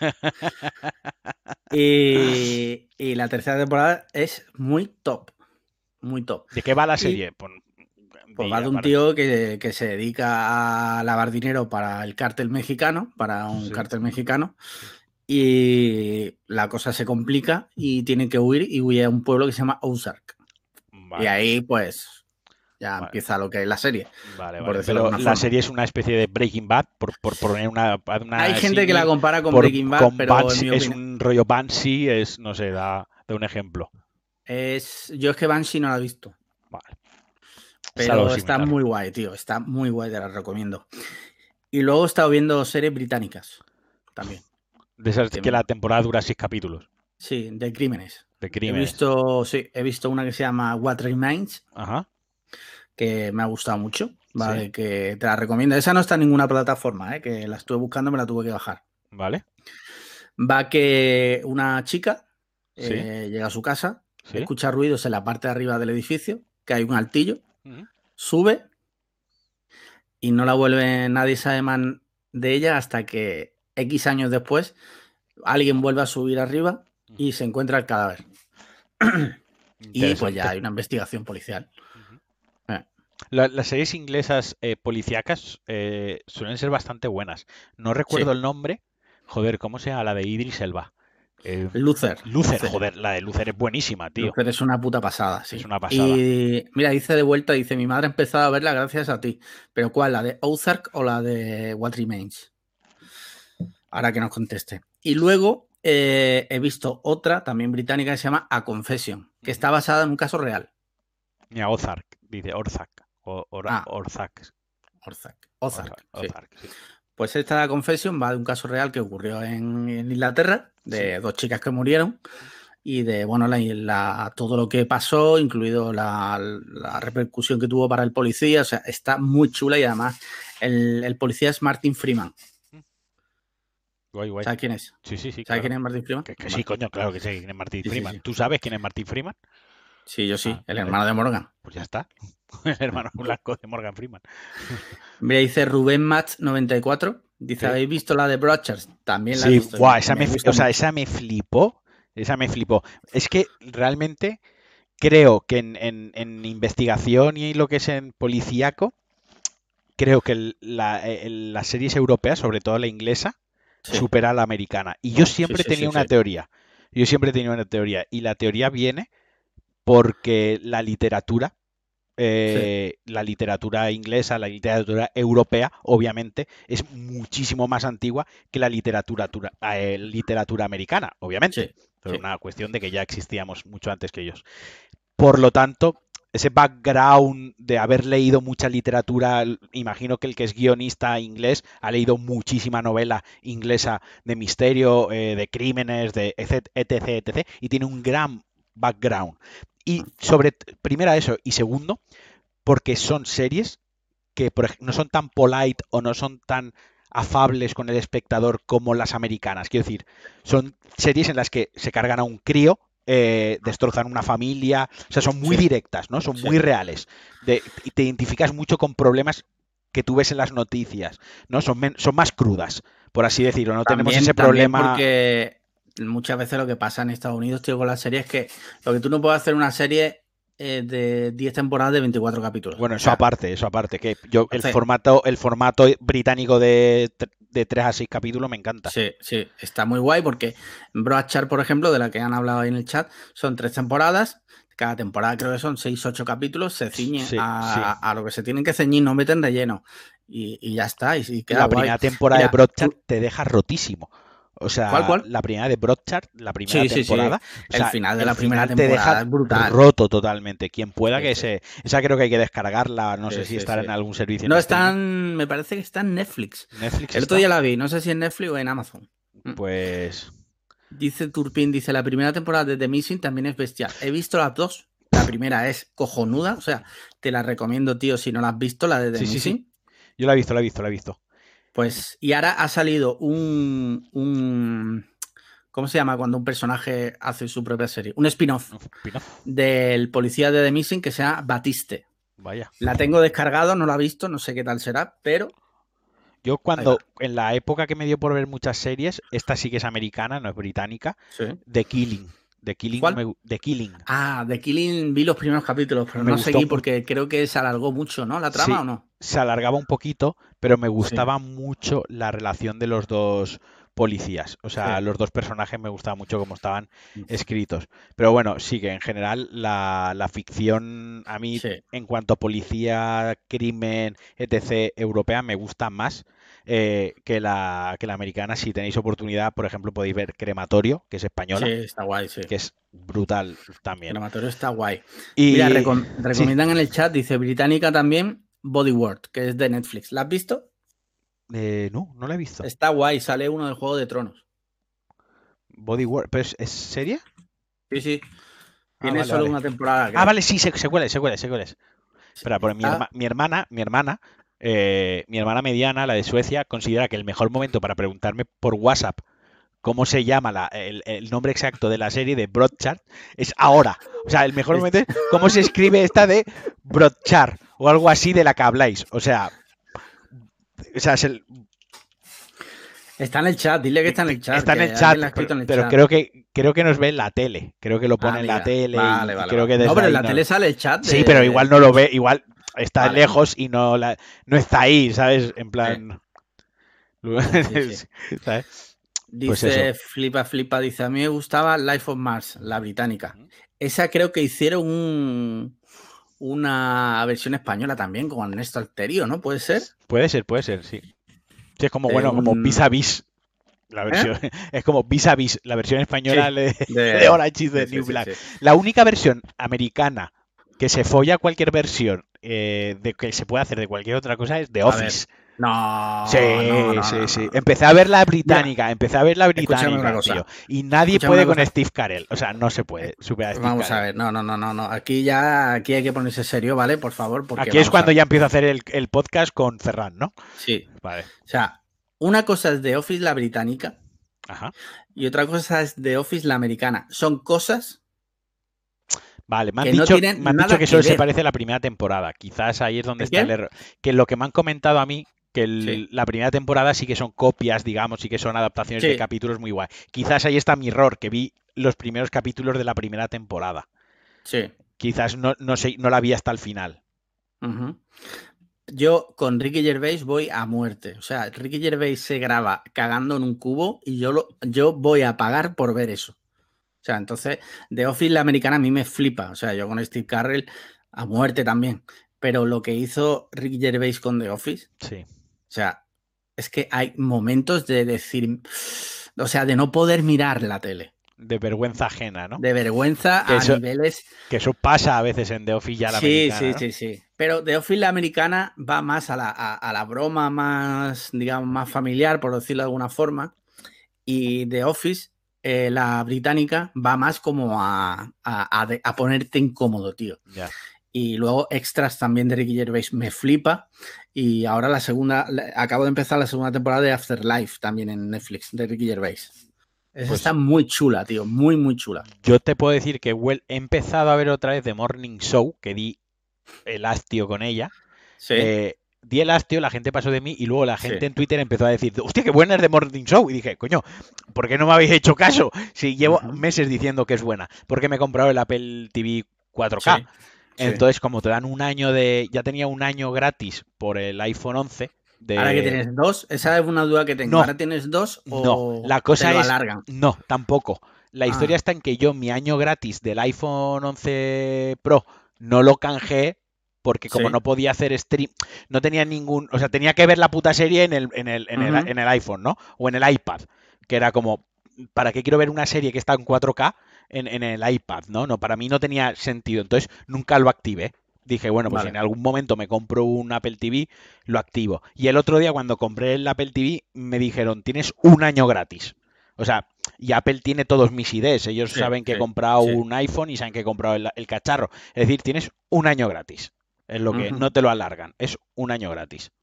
Y la tercera temporada es muy top. Muy top.
¿De qué va la
Y
serie? Pues,
pues va de un tío que se dedica a lavar dinero para el cártel mexicano, para un
Sí,
cártel mexicano,
sí.
y la cosa se complica y tiene que huir y huye a un pueblo que se llama Ozark.
Vale.
Y ahí pues ya
Vale.
empieza lo que es la serie.
Vale,
por
vale.
decirlo de
Pero
alguna
la
forma.
serie es una especie de Breaking Bad, por poner una
Hay gente que la
símil,
compara con Breaking Bad,
con
pero en
Banshee,
mi
es
opinión
un rollo Banshee, no sé, da un ejemplo.
yo es que Banshee no la he visto,
Vale. Es algo
pero está
similar.
muy guay, tío, está muy guay, te la recomiendo. Y luego he estado viendo series británicas también.
De esas
que
que
me-
la temporada dura 6 capítulos.
sí, de crímenes.
De
He
crímenes.
visto, sí, he visto una que se llama What Remains,
Ajá.
que me ha gustado mucho,
Sí.
¿vale? Que te la recomiendo. Esa no está en ninguna plataforma, ¿eh? Que la estuve buscando, me la tuve que bajar.
Vale.
Va que una chica
Sí.
llega a su casa,
Sí.
escucha ruidos en la parte de arriba del edificio, que hay un altillo,
Ujú.
sube y no la vuelve, nadie sabe más de ella hasta que X años después alguien vuelve a subir arriba y se encuentra el cadáver. Y pues ya
Interesante.
hay una investigación policial.
Ujú.
Eh,
Las series inglesas policíacas suelen ser bastante buenas. No recuerdo
sí,
el nombre. Joder, ¿cómo se llama? La de Idris Elba. Eh,
Luther.
Luther, joder, la de Luther es buenísima, tío.
Luther es una puta pasada,
Es
sí.
una pasada.
Y mira, dice de vuelta, dice, mi madre ha empezado a verla gracias a ti. ¿Pero cuál? ¿La de Ozark o la de What Remains? Ahora que nos conteste. Y luego he visto otra, también británica, que se llama A Confession, que
Ujú.
está basada en un caso real.
Mira, Ozark, dice Orzak.
Ah,
Orzak.
Ozark, sí.
Ozark, sí.
Pues esta Confession va de un caso real que ocurrió en Inglaterra,
Sí.
de dos chicas que murieron y de, bueno, todo lo que pasó, incluido la repercusión que tuvo para el policía. O sea, está muy chula y además el policía es Martin Freeman.
Guay, guay.
¿Sabes quién es?
Sí, sí, sí,
¿Sabes quién
claro.
es Martin Freeman?
Que sí,
Vale.
coño, claro que sé quién es Martin
Sí, sí,
Freeman.
sí.
¿Tú sabes quién es Martin Freeman?
Sí, yo
Ah,
sí, el
vale.
hermano de Morgan.
Pues ya está. El hermano blanco de Morgan Freeman.
Mira, dice Rubén Match 94. Dice,
Sí.
¿habéis visto la de Broadchurch? También la he
Sí,
visto.
buah,
Me gusta
o sea,
mucho.
esa me flipó. Esa me flipó. Es que realmente creo que en investigación y lo que es en policíaco, creo que las series europeas, sobre todo la inglesa,
Sí,
supera a la americana. Y yo
sí,
siempre
sí,
tenía
sí,
una
sí.
teoría. Yo siempre tenía una teoría. Y la teoría viene porque
Sí,
la literatura inglesa, la literatura europea, obviamente, es muchísimo más antigua que la literatura americana, obviamente.
sí,
Por
sí.
una cuestión de que ya existíamos mucho antes que ellos. Por lo tanto, ese background de haber leído mucha literatura, imagino que el que es guionista inglés ha leído muchísima novela inglesa de misterio, de crímenes, de etc, y tiene un gran background. Y primero eso, y segundo, porque son series que no son tan polite o no son tan afables con el espectador como las americanas. Quiero decir, son series en las que se cargan a un crío, destrozan una familia, o sea, son muy
Sí,
directas, ¿no? Son
sí.
muy reales. Y te identificas mucho con problemas que tú ves en las noticias, ¿no? Son más crudas, por así decirlo. No tenemos ese
También
problema.
porque muchas veces lo que pasa en Estados Unidos, tío, con las series es que lo que tú no puedes hacer una serie de 10 temporadas de 24 capítulos.
Bueno,
O sea,
eso aparte, que yo
entonces,
el formato británico de 3 a 6 capítulos me encanta.
sí, sí, está muy guay porque Broadchurch, por ejemplo, de la que han hablado ahí en el chat, son 3 temporadas. Cada temporada creo que son 6 8 capítulos, se ciñen
Sí, sí.
a lo que se tienen que ceñir, no meten relleno. Y ya está, y queda
La
guay.
primera temporada de
Mira,
Broadchurch
tú,
te deja rotísimo. O
¿cuál,
sea,
cuál?
la primera de Broadchurch, la primera
Sí, sí, sí.
temporada, o
El
sea,
final de
el
la primera
final te deja
temporada es brutal.
roto totalmente. Quien pueda
Sí,
que
sí,
esa creo que hay que descargarla, no sé
sí,
si
sí,
estará
sí.
en algún servicio en
No
streaming.
están, me parece que está en Netflix.
Netflix
El otro
está.
día la vi, no sé si en Netflix o en Amazon. Mm.
Pues
Dice Turpin, dice, la primera temporada de The Missing también es bestial. He visto las dos. La primera es cojonuda, o sea, te la recomiendo, tío, si no la has visto, la de The
sí, sí, sí.
Missing.
Yo la he visto, la he visto, la he visto.
Pues, y ahora ha salido ¿cómo se llama cuando un personaje hace su propia serie? Un spin-off
Spin-off.
del policía de The Missing que se llama Batiste.
Vaya.
La tengo descargado, no la he visto, no sé qué tal será, pero
Yo
ahí va.
en la época que me dio por ver muchas series, esta sí que es americana, no es británica,
Sí.
The Killing. The Killing,
¿Cuál?
The Killing.
Ah, The Killing vi los primeros capítulos, pero
Me
no
gustó
seguí
mucho.
porque creo que se alargó mucho, ¿no? ¿La trama
Sí,
o no?
se alargaba un poquito, pero me
Sí.
gustaba mucho la relación de los dos policías. O sea,
Sí.
los dos personajes me gustaban mucho cómo estaban escritos. Pero bueno, sí que en general la ficción a mí
Sí.
en cuanto a policía, crimen, etc. europea me gusta más que la americana. Si tenéis oportunidad, por ejemplo, podéis ver Crematorio, que es
Sí,
española,
está guay, sí.
que es brutal también.
Crematorio está guay. Mira,
Y sí,
recomiendan en el chat, dice británica también, Bodyworld, que es de Netflix. ¿La has visto?
no, no la he visto.
Está guay, sale uno del Juego de Tronos.
Bodywork, ¿pero es serie?
Sí, sí.
Ah,
Tiene
vale,
solo
vale.
una temporada,
Ah,
creo.
vale, sí, sé cuál es, sé cuál es, sé cuál es. Espera, porque
Está.
mi hermana mediana, la de Suecia, considera que el mejor momento para preguntarme por WhatsApp cómo se llama el nombre exacto de la serie de Broadchart es ahora. O sea, el mejor
es-
momento es cómo se escribe esta de Broadchart o algo así de la que habláis. O sea,
Está en el chat, dile que está en el chat,
está en el
que alguien
chat,
lo ha escrito en el
pero
chat.
creo que nos ve en la tele. Creo que lo
Ah,
pone en la
amiga.
tele
Vale,
y
vale,
creo
vale.
que
No,
desde
pero en
ahí
la
no.
tele sale el chat
Sí, pero igual
de
no lo
Twitch.
ve, igual está
Vale.
lejos y no está ahí, ¿sabes? En
Sí,
plan,
sí, sí.
¿sabes? Pues eso.
Dice Flipa, dice, a mí me gustaba Life of Mars, la británica. Esa creo que hicieron una versión española también con Ernesto Alterio, ¿no? ¿Puede ser?
Puede ser, sí. Sí, es como,
De
bueno, como vis
un...
a vis la
¿Eh?
versión, es como vis a vis la versión
Sí,
española de
de...
Orange is
Sí,
the
sí,
New
sí,
Black.
sí.
La única versión americana que se folla cualquier versión de que se puede hacer de cualquier otra cosa es The
A ver.
Office.
No, no,
Sí,
no,
sí,
no, no,
sí.
no.
Empecé a ver la
Mira,
británica, empecé a ver la
escúchame una
británica, tío.
cosa.
Y nadie
Escúchame una
puede con
cosa.
Steve Carell. O sea, no se puede superar a Steve
Vamos a
Carell.
ver. No, no, no, no, no. Aquí hay que ponerse serio, ¿vale? Por favor, porque
Aquí es
vamos a
cuando
ver.
ya empiezo a hacer el podcast con Ferran, ¿no?
Sí.
Vale.
O sea, una cosa es The Office la británica
Ajá.
y otra cosa es The Office la americana. Son cosas
Vale, me han
que no
dicho,
tienen
me han dicho
nada
que
que
solo se
ver.
parece a la primera temporada. Quizás ahí es donde
¿El
está el
qué?
error. Que lo que me han comentado a mí, que
Sí.
la primera temporada sí que son copias, digamos, sí que son adaptaciones de
Sí,
capítulos muy guay. Quizás ahí está mi error, que vi los primeros capítulos de la primera temporada.
sí.
Quizás no sé, no la vi hasta el final.
Ujú. Yo con Ricky Gervais voy a muerte. O sea, Ricky Gervais se graba cagando en un cubo y yo voy a pagar por ver eso. O sea, entonces, The Office la americana a mí me flipa. O sea, yo con Steve Carell a muerte también. Pero lo que hizo Ricky Gervais con The Office,
Sí.
o sea, es que hay momentos de decir, o sea, de no poder mirar la tele.
De vergüenza ajena, ¿no?
De vergüenza
Que
a
eso,
niveles.
que eso pasa a veces en The Office ya la
Sí,
americana,
sí,
¿no?
sí, sí. Pero The Office la americana va más a la broma más, digamos, más familiar, por decirlo de alguna forma. Y The Office, la británica, va más como a ponerte incómodo, tío.
Ya.
Y luego extras también de Ricky Gervais me flipa. Y ahora acabo de empezar la segunda temporada de Afterlife también en Netflix, de Ricky Gervais. Esa
Pues
está muy chula, tío, muy, muy chula.
yo te puedo decir que he empezado a ver otra vez The Morning Show, que di el hastio con ella.
Sí,
Di el hastio, la gente pasó de mí y luego la
sí.
gente en Twitter empezó a decir, hostia, qué buena es The Morning Show. Y dije, coño, ¿por qué no me habéis hecho caso? Si llevo
Ujú.
meses diciendo que es buena. Porque me he comprado el Apple TV 4K.
Sí, sí.
Entonces, como te dan un año de... Ya tenía un año gratis por el iPhone 11
Ahora que
de...
tienes dos, esa es una duda que tengo.
No,
¿Ahora tienes dos
no.
o
La
te
cosa
lo
es...
alargan?
No, tampoco. La historia
Ah,
está en que yo mi año gratis del iPhone 11 Pro no lo canjeé porque como
sí.
no podía hacer stream, no tenía ningún, o sea, tenía que ver la puta serie
Ujú.
en el iPhone, ¿no? O en el iPad, que era como, ¿para qué quiero ver una serie que está en 4K en el iPad, ¿no? No, para mí no tenía sentido, entonces nunca lo activé. Dije, bueno, pues si en
Vale.
algún momento me compro un Apple TV, lo activo. Y el otro día cuando compré el Apple TV me dijeron, tienes un año gratis. O sea, y Apple tiene todos mis IDs. Ellos
Sí,
saben que he
sí,
comprado
sí.
un iPhone y saben que he comprado el cacharro. Es decir, tienes un año gratis. Es lo que
Ujú.
no te lo alargan. Es un año gratis.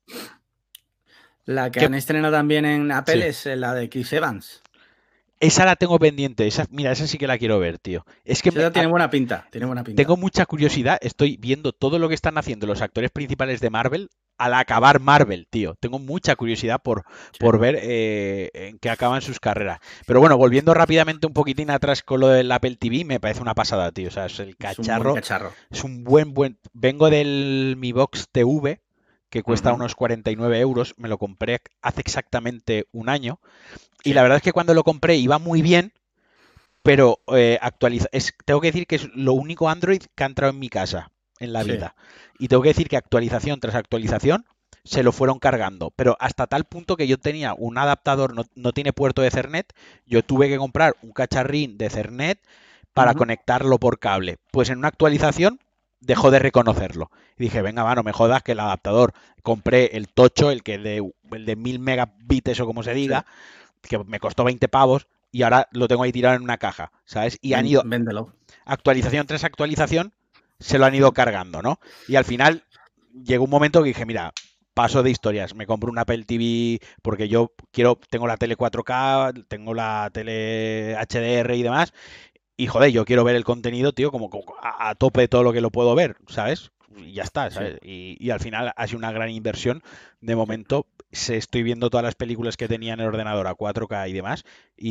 La que
¿Qué?
han estrenado también en
Sí.
Apple es la de Chris Evans.
Esa la tengo pendiente. Mira, esa sí que la quiero ver, tío. Es que
Esa tiene buena pinta, tiene buena
tengo
pinta.
mucha curiosidad. Estoy viendo todo lo que están haciendo los actores principales de Marvel al acabar Marvel, tío. Tengo mucha curiosidad
Sí.
por ver en qué acaban sus carreras. Pero bueno, volviendo rápidamente un poquitín atrás con lo del Apple TV, me parece una pasada, tío. O sea, es el
Es un buen
cacharro.
cacharro.
Es un buen... Vengo del Mi Box TV, que cuesta unos 49 euros. Me lo compré hace exactamente un año. Y la
Sí,
verdad es que cuando lo compré iba muy bien, pero tengo que decir que es lo único Android que ha entrado en mi casa en la
sí.
vida. Y tengo que decir que actualización tras actualización se lo fueron cargando. Pero hasta tal punto que yo tenía un adaptador, no tiene puerto de Ethernet, yo tuve que comprar un cacharrín de Ethernet para
Ujú.
conectarlo por cable. Pues en una actualización dejó de reconocerlo. Y dije, venga, va, no me jodas que el adaptador, compré el tocho, el de 1000 megabits o como se
Sí.
diga, que me costó 20 pavos y ahora lo tengo ahí tirado en una caja, ¿sabes? Y han ido
Véndelo.
actualización tras actualización, se lo han ido cargando, ¿no? Y al final llegó un momento que dije, mira, paso de historias, me compro un Apple TV porque yo tengo la tele 4K, tengo la tele HDR y demás, y joder, yo quiero ver el contenido, tío, como a tope de todo lo que lo puedo ver, ¿sabes? Y ya está,
Sí,
¿sabes? Y al final ha sido una gran inversión. De
sí.
momento estoy viendo todas las películas que tenía en el ordenador a 4K y demás.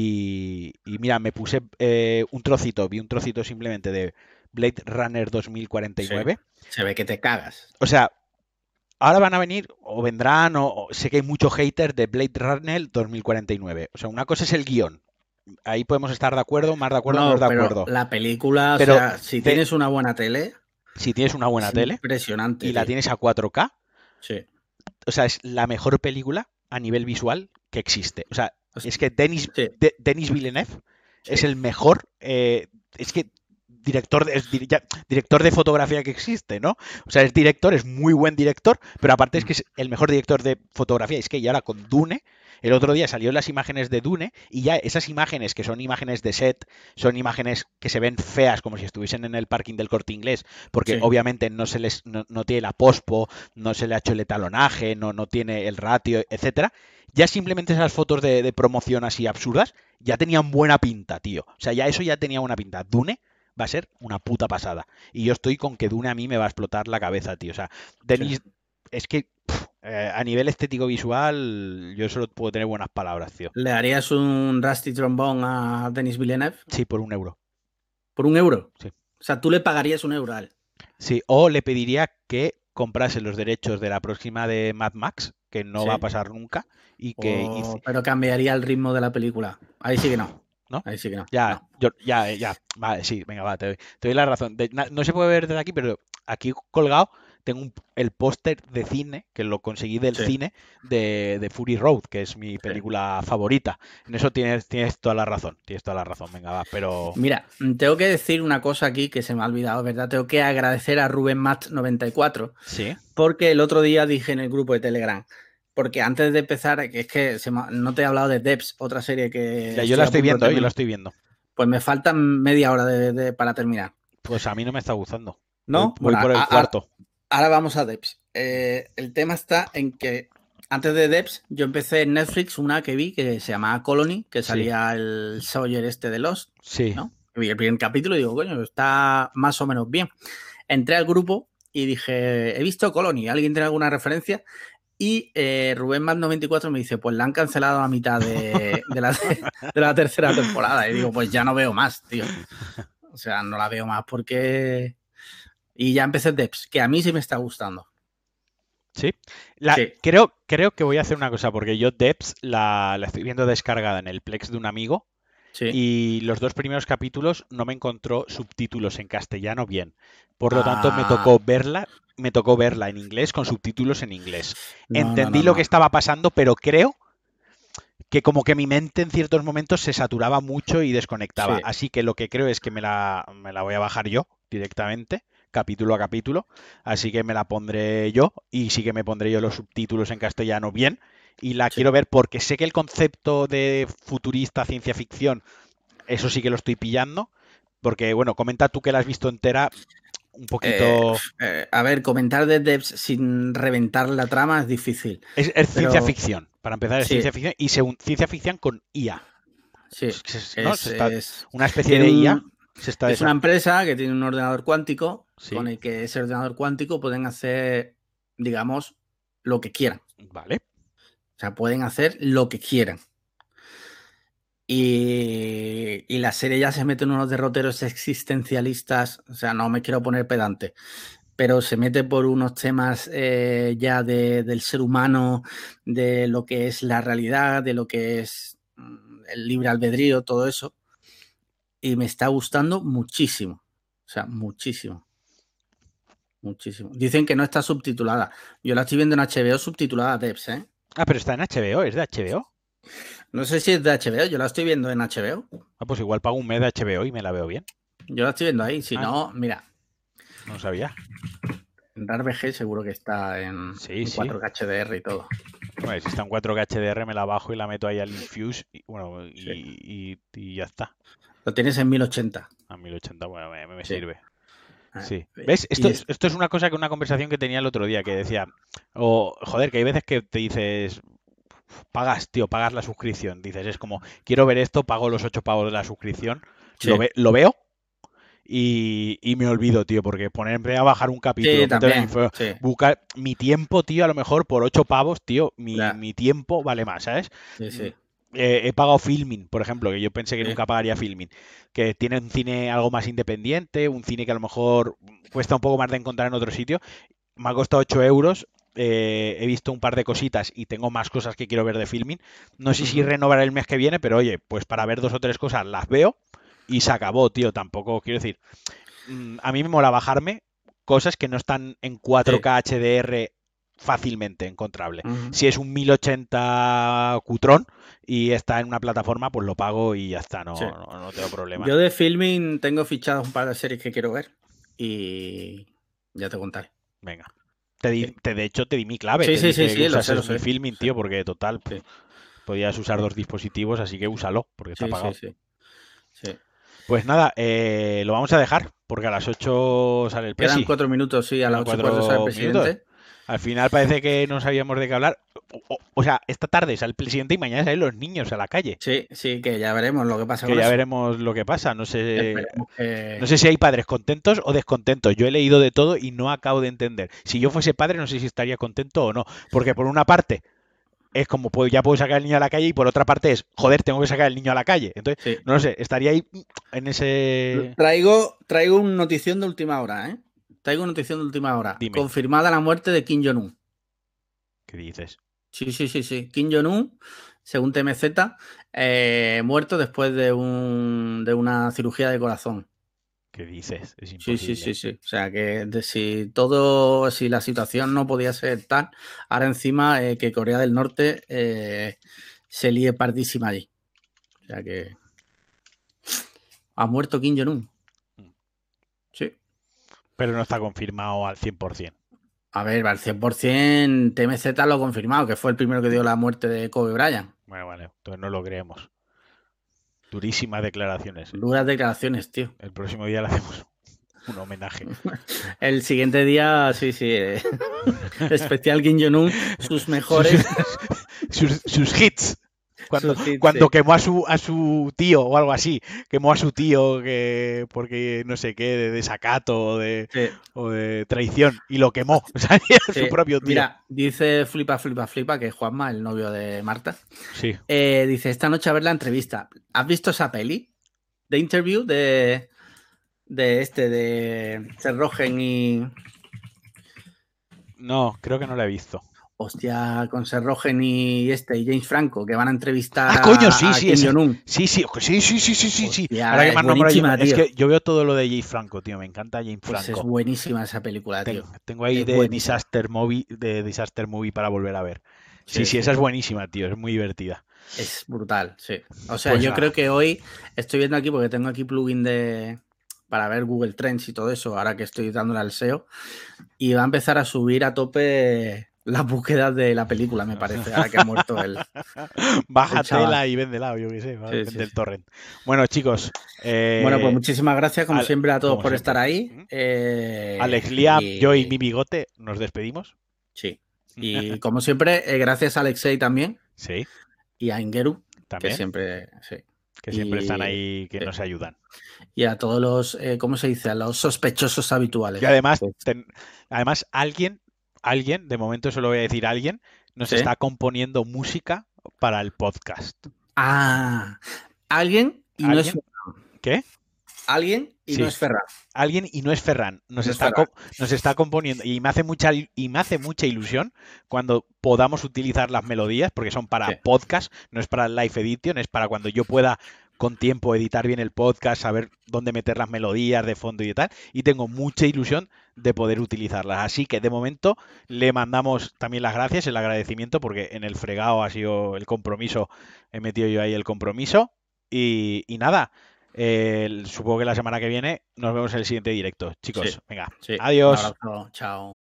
Y mira, me puse vi un trocito simplemente de Blade Runner
Sí.
2049.
Se ve que te cagas.
O sea, ahora van a venir o vendrán, o sé que hay mucho hater de Blade Runner 2049. O sea, una cosa es el guión. Ahí podemos estar de acuerdo, más de acuerdo, menos
No,
de
pero
acuerdo.
la película, o
Pero
sea, si
te-
tienes una buena tele,
si tienes una buena
es
tele
impresionante,
y la
tío.
tienes a 4K,
Sí.
o sea, es la mejor película a nivel visual que existe. O sea,
Pues,
es que
sí,
Denis Villeneuve es
sí.
el mejor, es que director de fotografía que existe, ¿no? O sea, es muy buen director, pero aparte es
Mm.
que es el mejor director de fotografía. Es que y ahora con Dune, el otro día salió las imágenes de Dune y ya esas imágenes que son imágenes de set, son imágenes que se ven feas como si estuviesen en el parking del Corte Inglés, porque
Sí,
obviamente no tiene la pospo, no se le ha hecho el etalonaje, no tiene el ratio, etcétera. Ya simplemente esas fotos de promoción así absurdas ya tenían buena pinta, tío. O sea, ya eso ya tenía buena pinta. Dune va a ser una puta pasada. Y yo estoy con que Dune a mí me va a explotar la cabeza, tío. O sea,
sí.
Denis, es que a nivel estético visual, yo solo puedo tener buenas palabras, tío.
¿Le harías un Rusty Trombone a Denis Villeneuve
Sí, por 1 euro.
por 1 euro?
Sí.
O sea, tú le pagarías 1 euro a él.
Sí, o le pediría que comprase los derechos de la próxima de Mad Max, que no va a
Sí.
pasar nunca, y que hice,
Pero cambiaría el ritmo de la película. Ahí sí que no.
¿no?
Ahí sí que no.
Ya,
No.
ya, vale, sí, venga, va, te doy la razón. No se puede ver desde aquí, pero aquí colgado tengo el póster de cine, que lo conseguí del
Sí,
cine, de Fury Road, que es mi
sí.
película favorita. En eso tienes toda la razón, venga, va, pero
Mira, tengo que decir una cosa aquí que se me ha olvidado, ¿verdad? Tengo que agradecer a Rubén Match 94
sí,
porque el otro día dije en el grupo de Telegram, porque antes de empezar, que es que no te he hablado de Debs, otra serie que
ya yo la
estoy a
estoy
punto de
viendo, yo la
terminar.
estoy viendo.
Pues me faltan media hora para terminar.
Pues a mí no me está gustando. Voy,
¿No?
voy
Bueno,
por el cuarto.
ahora vamos a Debs. El tema está en que antes de Debs yo empecé en Netflix una que vi que se llamaba Colony, que
Sí,
salía el Sawyer este de Lost,
sí,
¿no? Vi el primer capítulo y digo, coño, está más o menos bien. Entré al grupo y dije, he visto Colony, ¿alguien tiene alguna referencia? Y Rubén Más 94 me dice, pues la han cancelado a mitad de la tercera temporada. Y digo, pues ya no veo más, tío. O sea, no la veo más porque... Y ya empecé Debs, que a mí sí me está gustando.
sí.
Sí,
Creo que voy a hacer una cosa, porque yo Debs la estoy viendo descargada en el Plex de un amigo.
sí.
Y los dos primeros capítulos no me encontró subtítulos en castellano bien. Por lo tanto,
Ah,
me tocó verla en inglés con subtítulos en inglés.
no, no,
Entendí
no,
lo que
no.
estaba pasando, pero creo que como que mi mente en ciertos momentos se saturaba mucho y desconectaba.
Sí,
Así que lo que creo es que me la voy a bajar yo directamente, capítulo a capítulo. Así que me la pondré yo y sí que me pondré yo los subtítulos en castellano bien. Y la
sí.
quiero ver porque sé que el concepto de futurista ciencia ficción eso sí que lo estoy pillando. Porque, bueno, comenta tú que la has visto entera un poquito.
A ver, comentar de Debs sin reventar la trama es difícil.
Es ciencia
Pero
ficción. Para empezar, es ciencia
sí,
ficción. Y ciencia ficción con IA.
sí.
¿No? Una especie
Tiene
de IA se está
es una
desarrollando.
empresa que tiene un ordenador cuántico con
Sí,
el que ese ordenador cuántico pueden hacer, digamos, lo que quieran.
vale.
O sea, pueden hacer lo que quieran. Y la serie ya se mete en unos derroteros existencialistas. O sea, no me quiero poner pedante. pero se mete por unos temas ya del ser humano, de lo que es la realidad, de lo que es el libre albedrío, todo eso. Y me está gustando muchísimo. O sea, muchísimo. Muchísimo. Dicen que no está subtitulada. Yo la estoy viendo en HBO subtitulada Devs, ¿eh?
Ah, pero está en HBO, ¿es de HBO?
No sé si es de HBO, yo la estoy viendo en HBO.
Ah, pues igual pago un mes de HBO y me la veo bien.
Yo la estoy viendo ahí. Si no, mira,
No sabía.
en RARVG seguro que está en
Sí.
4K HDR y todo.
Bueno, si está en 4K HDR me la bajo y la meto ahí al Infuse y, bueno,
Sí.
y ya está.
Lo tienes en 1080.
A 1080, bueno, me
Sí.
sirve.
Ah,
Sí. ¿Ves? Esto es una cosa una conversación que tenía el otro día que decía, joder, que hay veces que te dices, pagas la suscripción. Dices, es como, quiero ver esto, pago los 8 pavos de la suscripción,
Sí.
lo veo y me olvido, tío, porque ponerme a bajar un capítulo,
Sí, también, sí.
buscar mi tiempo, tío, a lo mejor por 8 pavos, tío,
Ya.
mi tiempo vale más, ¿sabes?
Sí.
He pagado Filmin, por ejemplo, que yo pensé que
Sí.
nunca pagaría Filmin, que tiene un cine algo más independiente, un cine que a lo mejor cuesta un poco más de encontrar en otro sitio. Me ha costado 8 euros, he visto un par de cositas y tengo más cosas que quiero ver de Filmin. No sé si renovaré el mes que viene, pero oye, pues para ver 2 o 3 cosas las veo y se acabó, tío. Tampoco, quiero decir, a mí me mola bajarme cosas que no están en 4K HDR fácilmente encontrable. Si es un 1080 cutrón y está en una plataforma, pues lo pago y ya está, no tengo problema.
Yo de Filming tengo fichados un par de series que quiero ver y ya te contaré.
Venga. De hecho, te di mi clave.
Sí,
Te
sí,
dije
sí,
que
lo
usases
sé.
mi Filming, tío, porque total, podías usar 2 dispositivos, así que úsalo, porque está pagado.
Sí.
Pues nada, lo vamos a dejar, porque a las 8 sale el
Quedan
presi.
4 minutos, sí, a las
Quedan
8:15 sale el
4 minutos.
presidente.
Al final parece que no sabíamos de qué hablar. O sea, esta tarde sale el presidente y mañana salen los niños a la calle.
Sí, que ya veremos lo que pasa
Que
con
ya
eso.
veremos lo que pasa. No
Esperemos que...
sé si hay padres contentos o descontentos. Yo he leído de todo y no acabo de entender. Si yo fuese padre, no sé si estaría contento o no. Porque por una parte es como ya puedo sacar al niño a la calle y por otra parte es, joder, tengo que sacar al niño a la calle. Entonces,
Sí.
no lo sé, estaría ahí en ese...
Traigo una notición de última hora, ¿eh? Traigo una notición de última hora.
Dime.
Confirmada la muerte de Kim Jong-un.
¿Qué dices?
Sí. Kim Jong-un, según TMZ, muerto después de una cirugía de corazón.
¿Qué dices? Es imposible.
Sí. O sea que si la situación no podía ser tal, ahora encima que Corea del Norte se líe pardísima allí. O sea que ha muerto Kim Jong-un. Sí.
Pero no está confirmado al 100%.
A ver, al 100% TMZ lo ha confirmado, que fue el primero que dio la muerte de Kobe Bryant.
Bueno, vale, entonces no lo creemos. Durísimas declaraciones.
Duras declaraciones, tío.
El próximo día le hacemos un homenaje.
El siguiente día, sí. Especial Kim Jong-un, sus mejores.
sus hits. Cuando
sí.
Quemó a su tío o algo así, quemó a su tío porque no sé qué, de desacato o de traición, y lo quemó, su propio tío.
Mira, dice Flipa, que es Juanma, el novio de Marta.
Sí.
Dice, esta noche a ver la entrevista. ¿Has visto esa peli? De Interview de Serrogen y...
No, creo que no la he visto.
Hostia, con Serrogen y James Franco, que van a entrevistar
sí,
a Kim Jong-un.
Sí.
Hostia,
Ahora que me has nombrado, es
tío.
que yo veo todo lo de James Franco, tío. Me encanta James
Pues
Franco.
es buenísima esa película, tío.
Tengo ahí de Disaster Movie para volver a ver. Sí, esa es buenísima, tío. Es muy divertida.
Es brutal, sí. O sea, pues yo creo que hoy estoy viendo aquí, porque tengo aquí plugin para ver Google Trends y todo eso, ahora que estoy dándole al SEO, y va a empezar a subir a tope las búsquedas de la película, me parece, ahora que ha muerto el
Bájatela y véndela, yo qué sé, vende el torrent. Bueno, chicos.
Bueno, pues muchísimas gracias, como siempre, a todos por estar ahí.
Alex Liam, yo y mi bigote, nos despedimos.
Sí. Y como siempre, gracias a Alexei también.
Sí.
Y a Ingeru,
también.
Que siempre
están ahí, que nos ayudan.
Y a todos los, ¿cómo se dice? A los sospechosos habituales.
Y además, alguien, de momento solo voy a decir alguien, nos está componiendo música para el podcast.
Ah, alguien y no es...
¿Qué?
alguien y no
Sí.
es Ferran.
Alguien y no es Ferran. Nos
No es
está,
Ferran.
nos está componiendo y me hace mucha ilusión cuando podamos utilizar las melodías, porque son para
Sí.
podcast, no es para live edition, es para cuando yo pueda con tiempo editar bien el podcast, saber dónde meter las melodías de fondo y tal, y tengo mucha ilusión de poder utilizarlas. Así que de momento le mandamos también las gracias, el agradecimiento, porque en el fregado ha sido el compromiso, he metido yo ahí el compromiso, y nada. Supongo que la semana que viene nos vemos en el siguiente directo.
Sí,
Chicos, venga,
sí. Un
adiós.
abrazo. Chao.